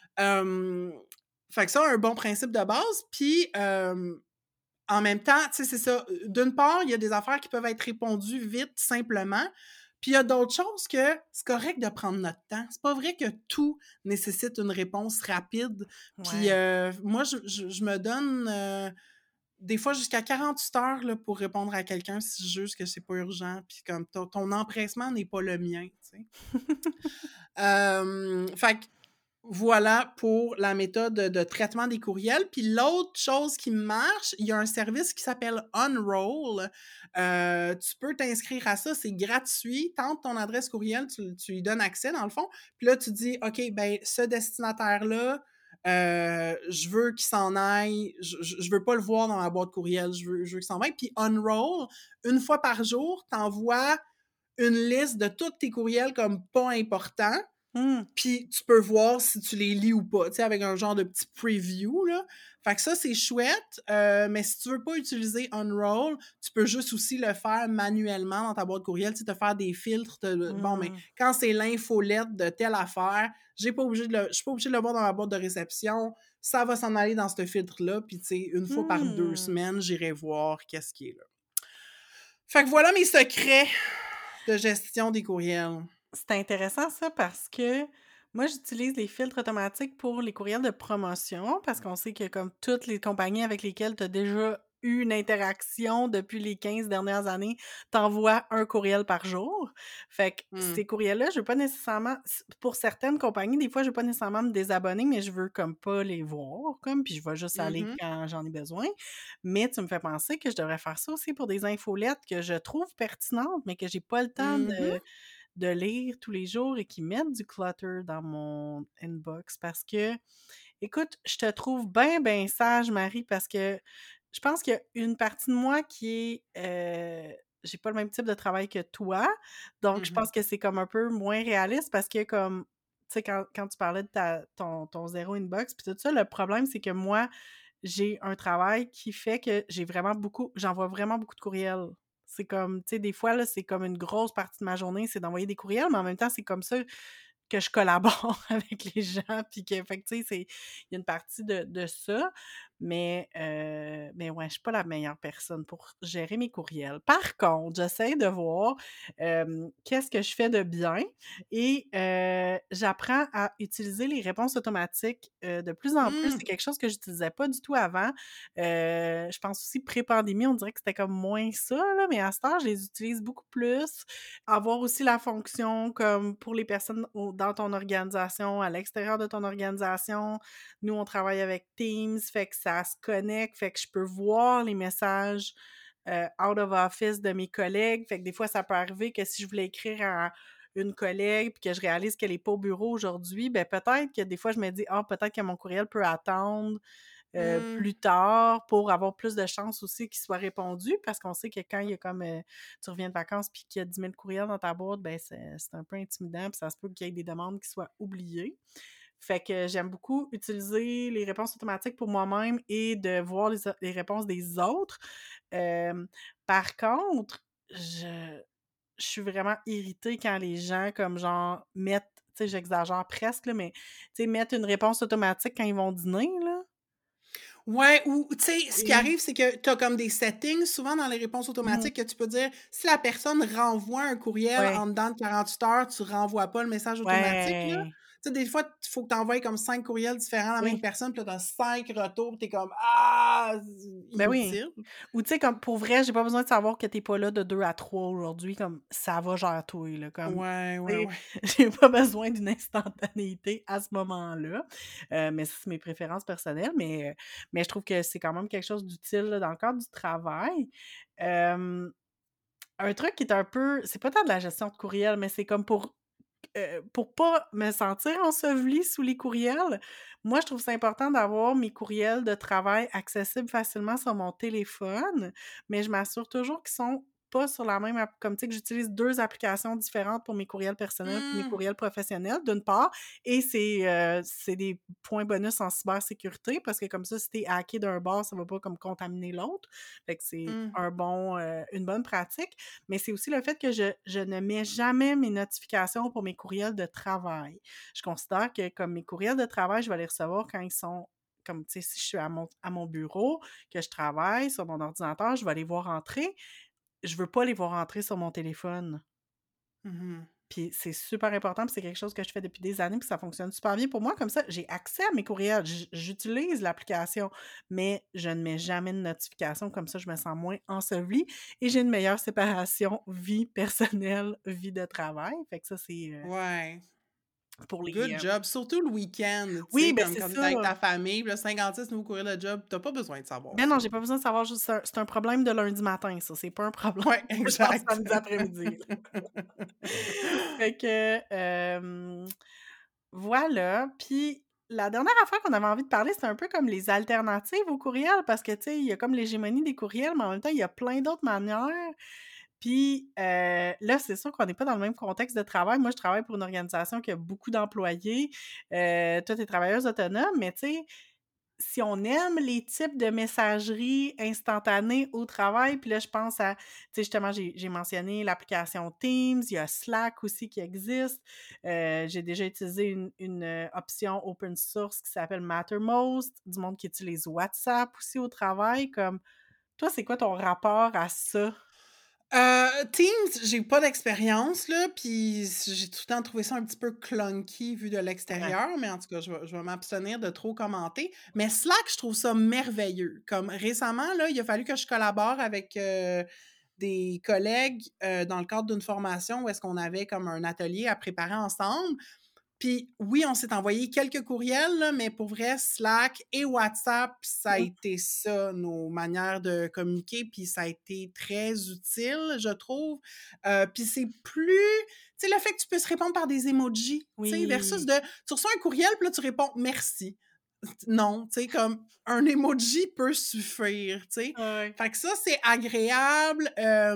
B: Fait que ça, un bon principe de base. Puis, en même temps, tu sais, c'est ça. D'une part, il y a des affaires qui peuvent être répondues vite, simplement. Puis il y a d'autres choses que c'est correct de prendre notre temps. C'est pas vrai que tout nécessite une réponse rapide. Puis
A: Ouais.
B: moi, je me donne des fois jusqu'à 48 heures là, pour répondre à quelqu'un si je juge que c'est pas urgent. Puis comme ton empressement n'est pas le mien, tu sais. Fait que Voilà pour la méthode de traitement des courriels. Puis l'autre chose qui marche, il y a un service qui s'appelle Unroll. Tu peux t'inscrire à ça, c'est gratuit. Tente ton adresse courriel, tu lui donnes accès dans le fond. Puis là, tu dis, OK, ben ce destinataire-là, je veux qu'il s'en aille. Je veux pas le voir dans ma boîte courriel. Je veux qu'il s'en aille. Puis Unroll, une fois par jour, t'envoies une liste de tous tes courriels comme pas importants.
A: Mmh.
B: Puis tu peux voir si tu les lis ou pas, tu sais, avec un genre de petit preview, là. Fait que ça, c'est chouette, mais si tu veux pas utiliser Unroll, tu peux juste aussi le faire manuellement dans ta boîte courriel, tu sais, te faire des filtres bon, mais
A: Mmh.
B: quand c'est l'infolette de telle affaire, je suis pas obligée de le voir dans ma boîte de réception, ça va s'en aller dans ce filtre-là, puis tu sais, une fois par 2
A: Mmh.
B: semaines, j'irai voir qu'est-ce qui est là. Fait que voilà mes secrets de gestion des courriels.
A: C'est intéressant ça parce que moi, j'utilise les filtres automatiques pour les courriels de promotion parce qu'on sait que comme toutes les compagnies avec lesquelles tu as déjà eu une interaction depuis les 15 dernières années, t'envoient un courriel par jour. Fait que
B: Mmh.
A: ces courriels-là, je veux pas nécessairement pour certaines compagnies, des fois, je veux pas nécessairement me désabonner, mais je veux comme pas les voir comme puis je vais juste aller
B: Mmh.
A: quand j'en ai besoin. Mais tu me fais penser que je devrais faire ça aussi pour des infolettes que je trouve pertinentes, mais que j'ai pas le temps
B: Mmh.
A: de lire tous les jours et qui mettent du clutter dans mon inbox parce que, écoute, je te trouve bien, bien sage, Marie, parce que je pense qu'il y a une partie de moi qui est. J'ai pas le même type de travail que toi, donc je
B: Mmh.
A: pense que c'est comme un peu moins réaliste parce que, comme, tu sais, quand tu parlais de ton zéro inbox, puis tout ça, le problème, c'est que moi, j'ai un travail qui fait que j'envoie vraiment beaucoup de courriels. C'est comme, tu sais, des fois, là, c'est comme une grosse partie de ma journée, c'est d'envoyer des courriels, mais en même temps, c'est comme ça que je collabore avec les gens, puis que, fait que, tu sais, il y a une partie de ça, mais ouais, je suis pas la meilleure personne pour gérer mes courriels. Par contre, j'essaie de voir qu'est-ce que je fais de bien et j'apprends à utiliser les réponses automatiques de plus en plus.
B: Mmh.
A: C'est quelque chose que j'utilisais pas du tout avant. Je pense aussi pré-pandémie, on dirait que c'était comme moins ça, là, mais à ce temps, je les utilise beaucoup plus. Avoir aussi la fonction comme pour les personnes dans ton organisation, à l'extérieur de ton organisation. Nous, on travaille avec Teams, fait que ça se connecte, fait que je peux voir les messages out of office de mes collègues. Fait que des fois, ça peut arriver que si je voulais écrire à une collègue puis que je réalise qu'elle n'est pas au bureau aujourd'hui, ben peut-être que des fois, je me dis, ah, peut-être que mon courriel peut attendre
B: Mmh.
A: plus tard pour avoir plus de chances aussi qu'il soit répondu parce qu'on sait que quand il y a comme tu reviens de vacances puis qu'il y a 10 000 courriels dans ta boîte, ben c'est un peu intimidant puis ça se peut qu'il y ait des demandes qui soient oubliées. Fait que j'aime beaucoup utiliser les réponses automatiques pour moi-même et de voir les réponses des autres. Par contre, je suis vraiment irritée quand les gens comme genre mettent, tu sais, j'exagère presque, là, mais tu sais, mettent une réponse automatique quand ils vont dîner, là.
B: Ouais, ou tu sais, ce qui
A: Et
B: arrive, c'est que tu as comme des settings souvent dans les réponses
A: mmh,
B: automatiques que tu peux dire si la personne renvoie un courriel
A: ouais,
B: en dedans de 48 heures, tu renvoies pas le message automatique, là.
A: ouais,
B: Tu sais, des fois, il faut que tu envoies comme 5 courriels différents à la même
A: oui,
B: personne, puis là, tu as 5 retours, tu es comme Ah!
A: ben oui.
B: Inutile.
A: Ou tu sais, comme pour vrai, j'ai pas besoin de savoir que t'es pas là de 2 à 3 aujourd'hui, comme ça va, gère-toi, là, comme,
B: Ouais,
A: tu
B: ouais,
A: sais,
B: ouais.
A: j'ai pas besoin d'une instantanéité à ce moment-là. Mais ça, c'est mes préférences personnelles, mais je trouve que c'est quand même quelque chose d'utile, là, dans le cadre du travail. Hem, un truc qui est un peu c'est pas tant de la gestion de courriel, mais c'est comme pour pas me sentir ensevelie sous les courriels, moi, je trouve ça important d'avoir mes courriels de travail accessibles facilement sur mon téléphone, mais je m'assure toujours qu'ils sont pas sur la même app comme tu sais que j'utilise 2 applications différentes pour mes courriels personnels puis mes
B: Mmh.
A: courriels professionnels, d'une part et c'est des points bonus en cybersécurité parce que comme ça, si tu es hacké d'un bord, ça va pas comme contaminer l'autre. Fait que c'est
B: Mmh.
A: une bonne pratique, mais c'est aussi le fait que je ne mets jamais mes notifications pour mes courriels de travail. Je considère que comme mes courriels de travail, je vais les recevoir quand ils sont comme, tu sais, si je suis à mon bureau, que je travaille sur mon ordinateur, je vais les voir entrer. Je veux pas les voir entrer sur mon téléphone.
B: Mmh.
A: Puis c'est super important, puis c'est quelque chose que je fais depuis des années, puis ça fonctionne super bien pour moi. Comme ça, j'ai accès à mes courriels. J'utilise l'application, mais je ne mets jamais de notification. Comme ça, je me sens moins ensevelie et j'ai une meilleure séparation vie personnelle, vie de travail. Fait que ça,
B: Ouais.
A: pour les...
B: Good job. Surtout le week-end, tu
A: Oui,
B: sais,
A: ben
B: comme
A: c'est
B: quand t'es
A: ça.
B: avec ta famille, puis là, 56 nouveaux courriels de job, t'as pas besoin de savoir
A: Ben
B: ça.
A: non, j'ai pas besoin de savoir juste ça. C'est un problème de lundi matin, ça. C'est pas un problème
B: Ouais,
A: de genre
B: exact.
A: samedi après-midi. Fait que, voilà. Puis la dernière affaire qu'on avait envie de parler, c'est un peu comme les alternatives aux courriels parce que, tu sais, il y a comme l'hégémonie des courriels, mais en même temps, il y a plein d'autres manières. Puis là, c'est sûr qu'on n'est pas dans le même contexte de travail. Moi, je travaille pour une organisation qui a beaucoup d'employés. Toi, tu es travailleuse autonome, mais tu sais, si on aime les types de messagerie instantanée au travail, puis là, je pense à, tu sais, justement, j'ai mentionné l'application Teams, il y a Slack aussi qui existe. J'ai déjà utilisé une option open source qui s'appelle Mattermost, du monde qui utilise WhatsApp aussi au travail. Comme, toi, c'est quoi ton rapport à ça?
B: Teams, j'ai pas d'expérience, là, puis j'ai tout le temps trouvé ça un petit peu clunky vu de
A: Ouais.
B: l'extérieur, mais en tout cas, je vais m'abstenir de trop commenter. Mais Slack, je trouve ça merveilleux. Comme récemment, là, il a fallu que je collabore avec des collègues dans le cadre d'une formation où est-ce qu'on avait comme un atelier à préparer ensemble. Puis oui, on s'est envoyé quelques courriels, là, mais pour vrai, Slack et WhatsApp, ça a
A: Mmh.
B: été ça, nos manières de communiquer, puis ça a été très utile, je trouve. Puis c'est plus... Tu sais, le fait que tu peux se répondre par des emojis, tu sais, versus
A: Oui.
B: de... Tu reçois un courriel, puis là, tu réponds « merci ». Non, tu sais, comme un emoji peut suffire, tu sais.
A: Ouais.
B: Fait que ça, c'est agréable.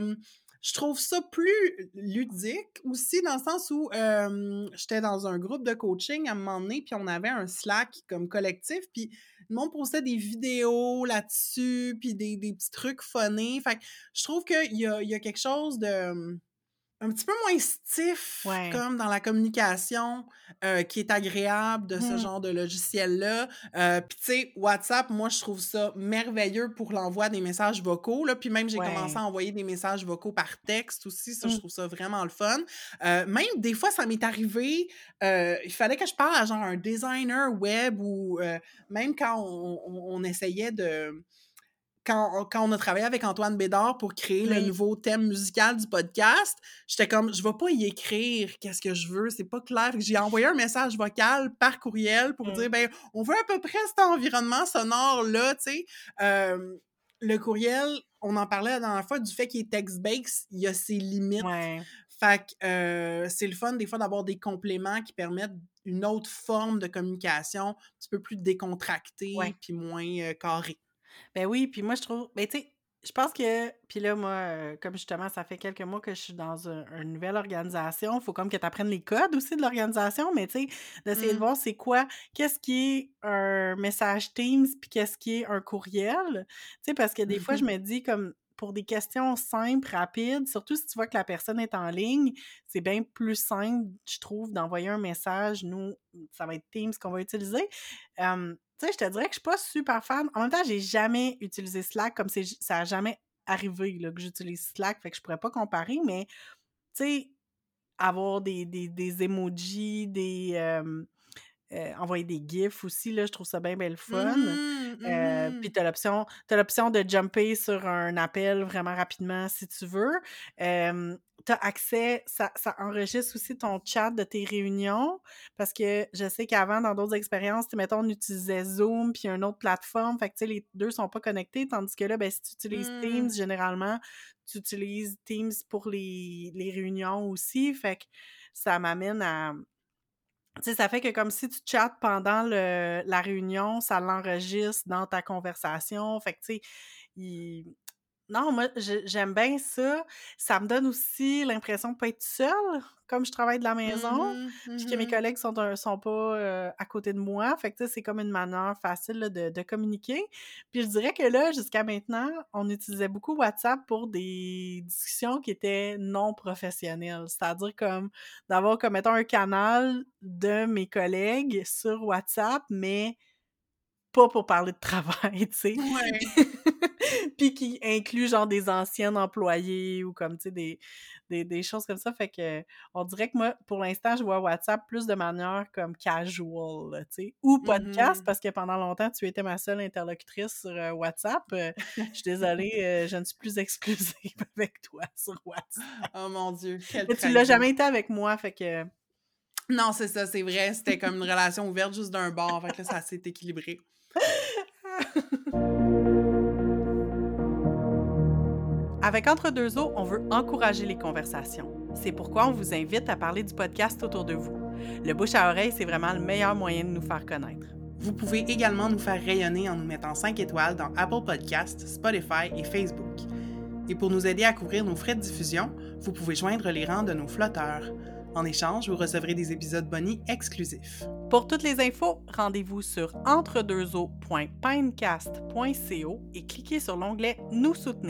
B: Je trouve ça plus ludique aussi, dans le sens où j'étais dans un groupe de coaching à un moment donné, puis on avait un Slack comme collectif, puis le monde postait des vidéos là-dessus, puis des petits trucs funnés. Fait que je trouve qu'il y a quelque chose de un petit peu moins stiff,
A: Ouais.
B: comme dans la communication, qui est agréable de ce
A: Mmh.
B: genre de logiciel-là. Puis tu sais, WhatsApp, moi, je trouve ça merveilleux pour l'envoi des messages vocaux, là. Puis même, j'ai commencé
A: Ouais.
B: à envoyer des messages vocaux par texte aussi. Ça, je
A: Mmh.
B: trouve ça vraiment le fun. Même des fois, ça m'est arrivé, il fallait que je parle à genre un designer web ou même quand on essayait de quand on a travaillé avec Antoine Bédard pour créer le
A: Oui.
B: nouveau thème musical du podcast, j'étais comme, je vais pas y écrire qu'est-ce que je veux, c'est pas clair. Fait que j'ai envoyé un message vocal par courriel pour
A: Mmh.
B: dire, ben, on veut à peu près cet environnement sonore-là, tu sais. Le courriel, on en parlait la dernière fois du fait qu'il est text-based, il y a ses limites.
A: Ouais.
B: Fait que c'est le fun des fois d'avoir des compléments qui permettent une autre forme de communication un petit peu plus
A: Ouais.
B: décontractée puis moins carrée.
A: Ben oui, puis moi, je trouve, ben tu sais, je pense que, puis là, moi, comme justement, ça fait quelques mois que je suis dans une nouvelle organisation, il faut comme que tu apprennes les codes aussi de l'organisation, mais tu sais, d'essayer de
B: Mmh.
A: voir c'est quoi, qu'est-ce qui est un message Teams, puis qu'est-ce qui est un courriel. Tu sais, parce que des fois, je
B: Mmh.
A: me dis comme pour des questions simples, rapides, surtout si tu vois que la personne est en ligne, c'est bien plus simple, je trouve, d'envoyer un message. Nous, ça va être Teams qu'on va utiliser. Tu sais, je te dirais que je suis pas super fan. En même temps, j'ai jamais utilisé Slack comme ça a jamais arrivé là, que j'utilise Slack, fait que je pourrais pas comparer, mais tu sais, avoir des emojis, envoyer des gifs aussi, là, je trouve ça bien le fun.
B: Mhm, mhm.
A: Puis t'as l'option de jumper sur un appel vraiment rapidement si tu veux. Tu accès ça enregistre aussi ton chat de tes réunions parce que je sais qu'avant, dans d'autres expériences, tu sais, mettons, on utilisait Zoom puis une autre plateforme, fait que, tu sais, les 2 sont pas connectés, tandis que là, ben, si tu utilises Teams,
B: Mmh.
A: généralement, tu utilises Teams pour les réunions aussi, fait que ça m'amène à, tu sais, ça fait que comme si tu chattes pendant la réunion, ça l'enregistre dans ta conversation. Fait que, tu sais, il non, moi, j'aime bien ça. Ça me donne aussi l'impression de pas être seule, comme je travaille de la maison,
B: Mhm,
A: puis que mes
B: mhm.
A: collègues sont pas, à côté de moi. Fait que, tu sais, c'est comme une manière facile, là, de communiquer. Puis je dirais que là, jusqu'à maintenant, on utilisait beaucoup WhatsApp pour des discussions qui étaient non professionnelles. C'est-à-dire comme d'avoir comme, mettons, un canal de mes collègues sur WhatsApp, mais pas pour parler de travail, tu sais?
B: Ouais.
A: Puis qui inclut genre des anciens employés ou comme, tu sais, des choses comme ça. Fait que on dirait que moi, pour l'instant, je vois WhatsApp plus de manière comme casual, là, tu sais? Ou podcast,
B: Mhm.
A: parce que pendant longtemps, tu étais ma seule interlocutrice sur, WhatsApp. Je suis désolée, je ne suis plus exclusive avec toi sur WhatsApp.
B: Oh mon Dieu, quelle
A: Mais tu l'as
B: trahison.
A: jamais été avec moi, fait que
B: Non, c'est ça, c'est vrai. C'était comme une relation ouverte juste d'un bord. Fait que là, ça s'est équilibré.
A: Avec Entre deux eaux, on veut encourager les conversations. C'est pourquoi on vous invite à parler du podcast autour de vous. Le bouche à oreille, c'est vraiment le meilleur moyen de nous faire connaître.
B: Vous pouvez également nous faire rayonner en nous mettant 5 étoiles dans Apple Podcasts, Spotify et Facebook. Et pour nous aider à couvrir nos frais de diffusion, vous pouvez joindre les rangs de nos flotteurs. En échange, vous recevrez des épisodes bonus exclusifs.
A: Pour toutes les infos, rendez-vous sur entredeuxeaux.pinecast.co et cliquez sur l'onglet « Nous soutenir ».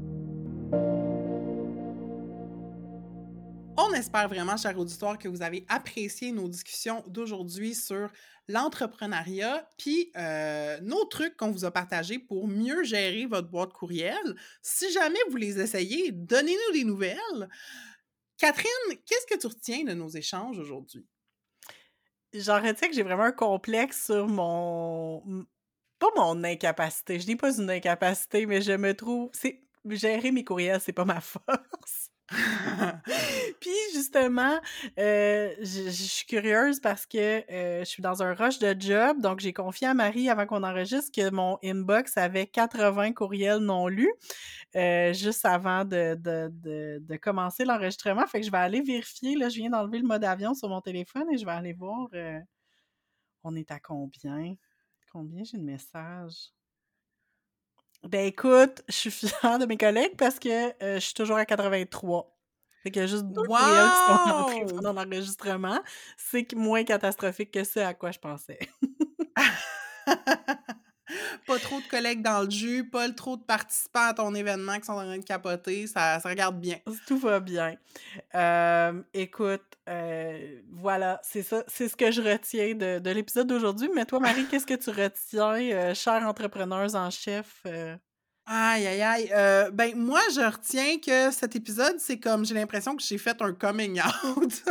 B: On espère vraiment, chers auditeurs, que vous avez apprécié nos discussions d'aujourd'hui sur l'entrepreneuriat, puis nos trucs qu'on vous a partagés pour mieux gérer votre boîte courriel. Si jamais vous les essayez, donnez-nous des nouvelles. Catherine, qu'est-ce que tu retiens de nos échanges aujourd'hui?
A: J'en retiens que j'ai vraiment un complexe sur pas mon incapacité. Je dis pas une incapacité, mais je me trouve... Gérer mes courriels, c'est pas ma force. Puis justement, je suis curieuse parce que je suis dans un rush de job, donc j'ai confié à Marie avant qu'on enregistre que mon inbox avait 80 courriels non lus juste avant de commencer l'enregistrement. Fait que je vais aller vérifier. Là, je viens d'enlever le mode avion sur mon téléphone et je vais aller voir on est à combien? Combien j'ai de messages? Ben écoute, je suis fière de mes collègues parce que je suis toujours à 83. Fait qu'il y a juste 2 courriels qui sont entrés
B: Wow!
A: pendant l'enregistrement. C'est moins catastrophique que ce à quoi je pensais.
B: Pas trop de collègues dans le jus, pas trop de participants à ton événement qui sont en train de capoter, ça regarde bien.
A: Tout va bien. Écoute, voilà, c'est ça, c'est ce que je retiens de l'épisode d'aujourd'hui. Mais toi, Marie, qu'est-ce que tu retiens, chère entrepreneuse en chef?
B: Aïe, aïe, aïe. Ben, moi, je retiens que cet épisode, c'est comme, j'ai l'impression que j'ai fait un coming out.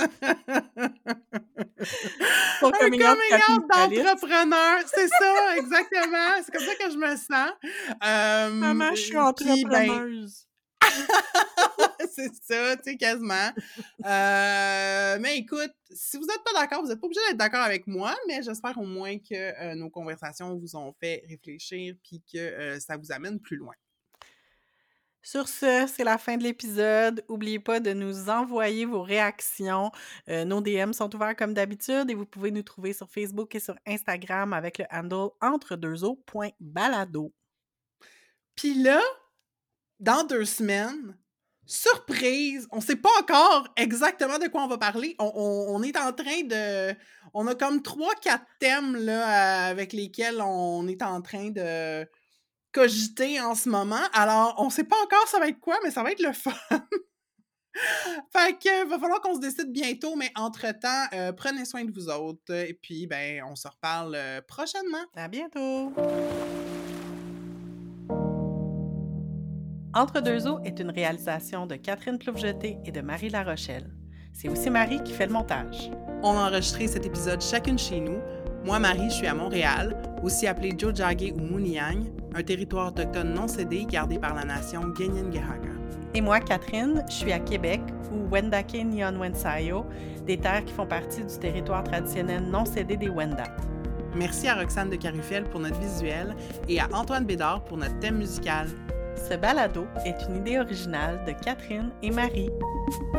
A: Ton
B: Un
A: coming out
B: coming out
A: capitaliste.
B: d'entrepreneur. C'est ça, exactement. C'est comme ça que je me sens.
A: Maman, je suis
B: Puis, ben,
A: entrepreneuse.
B: c'est ça, tu sais, quasiment. Mais écoute, si vous n'êtes pas d'accord, vous n'êtes pas obligé d'être d'accord avec moi, mais j'espère au moins que nos conversations vous ont fait réfléchir puis que ça vous amène plus loin.
A: Sur ce, c'est la fin de l'épisode. N'oubliez pas de nous envoyer vos réactions. Nos DM sont ouverts comme d'habitude et vous pouvez nous trouver sur Facebook et sur Instagram avec le handle entredeuxeaux.balado.
B: Puis là, dans 2 semaines, surprise, on sait pas encore exactement de quoi on va parler. On est en train de... On a comme 3-4 thèmes là, avec lesquels on est en train de cogiter en ce moment. Alors, on sait pas encore ça va être quoi, mais ça va être le fun. Fait que va falloir qu'on se décide bientôt, mais entre-temps, prenez soin de vous autres. Et puis, ben, on se reparle prochainement.
A: À bientôt! Entre deux eaux est une réalisation de Catherine Ploufjeté et de Marie Larochelle. C'est aussi Marie qui fait le montage.
B: On a enregistré cet épisode chacune chez nous. Moi, Marie, je suis à Montréal, aussi appelé Tiohtià:ke ou Mouniang, un territoire autochtone non cédé gardé par la nation Kanien'kehá:ka.
A: Et moi, Catherine, je suis à Québec, ou Wendake Nion-Wensayo, des terres qui font partie du territoire traditionnel non cédé des Wendat.
B: Merci à Roxane de Carufel pour notre visuel et à Antoine Bédard pour notre thème musical.
A: Ce balado est une idée originale de Catherine et Marie.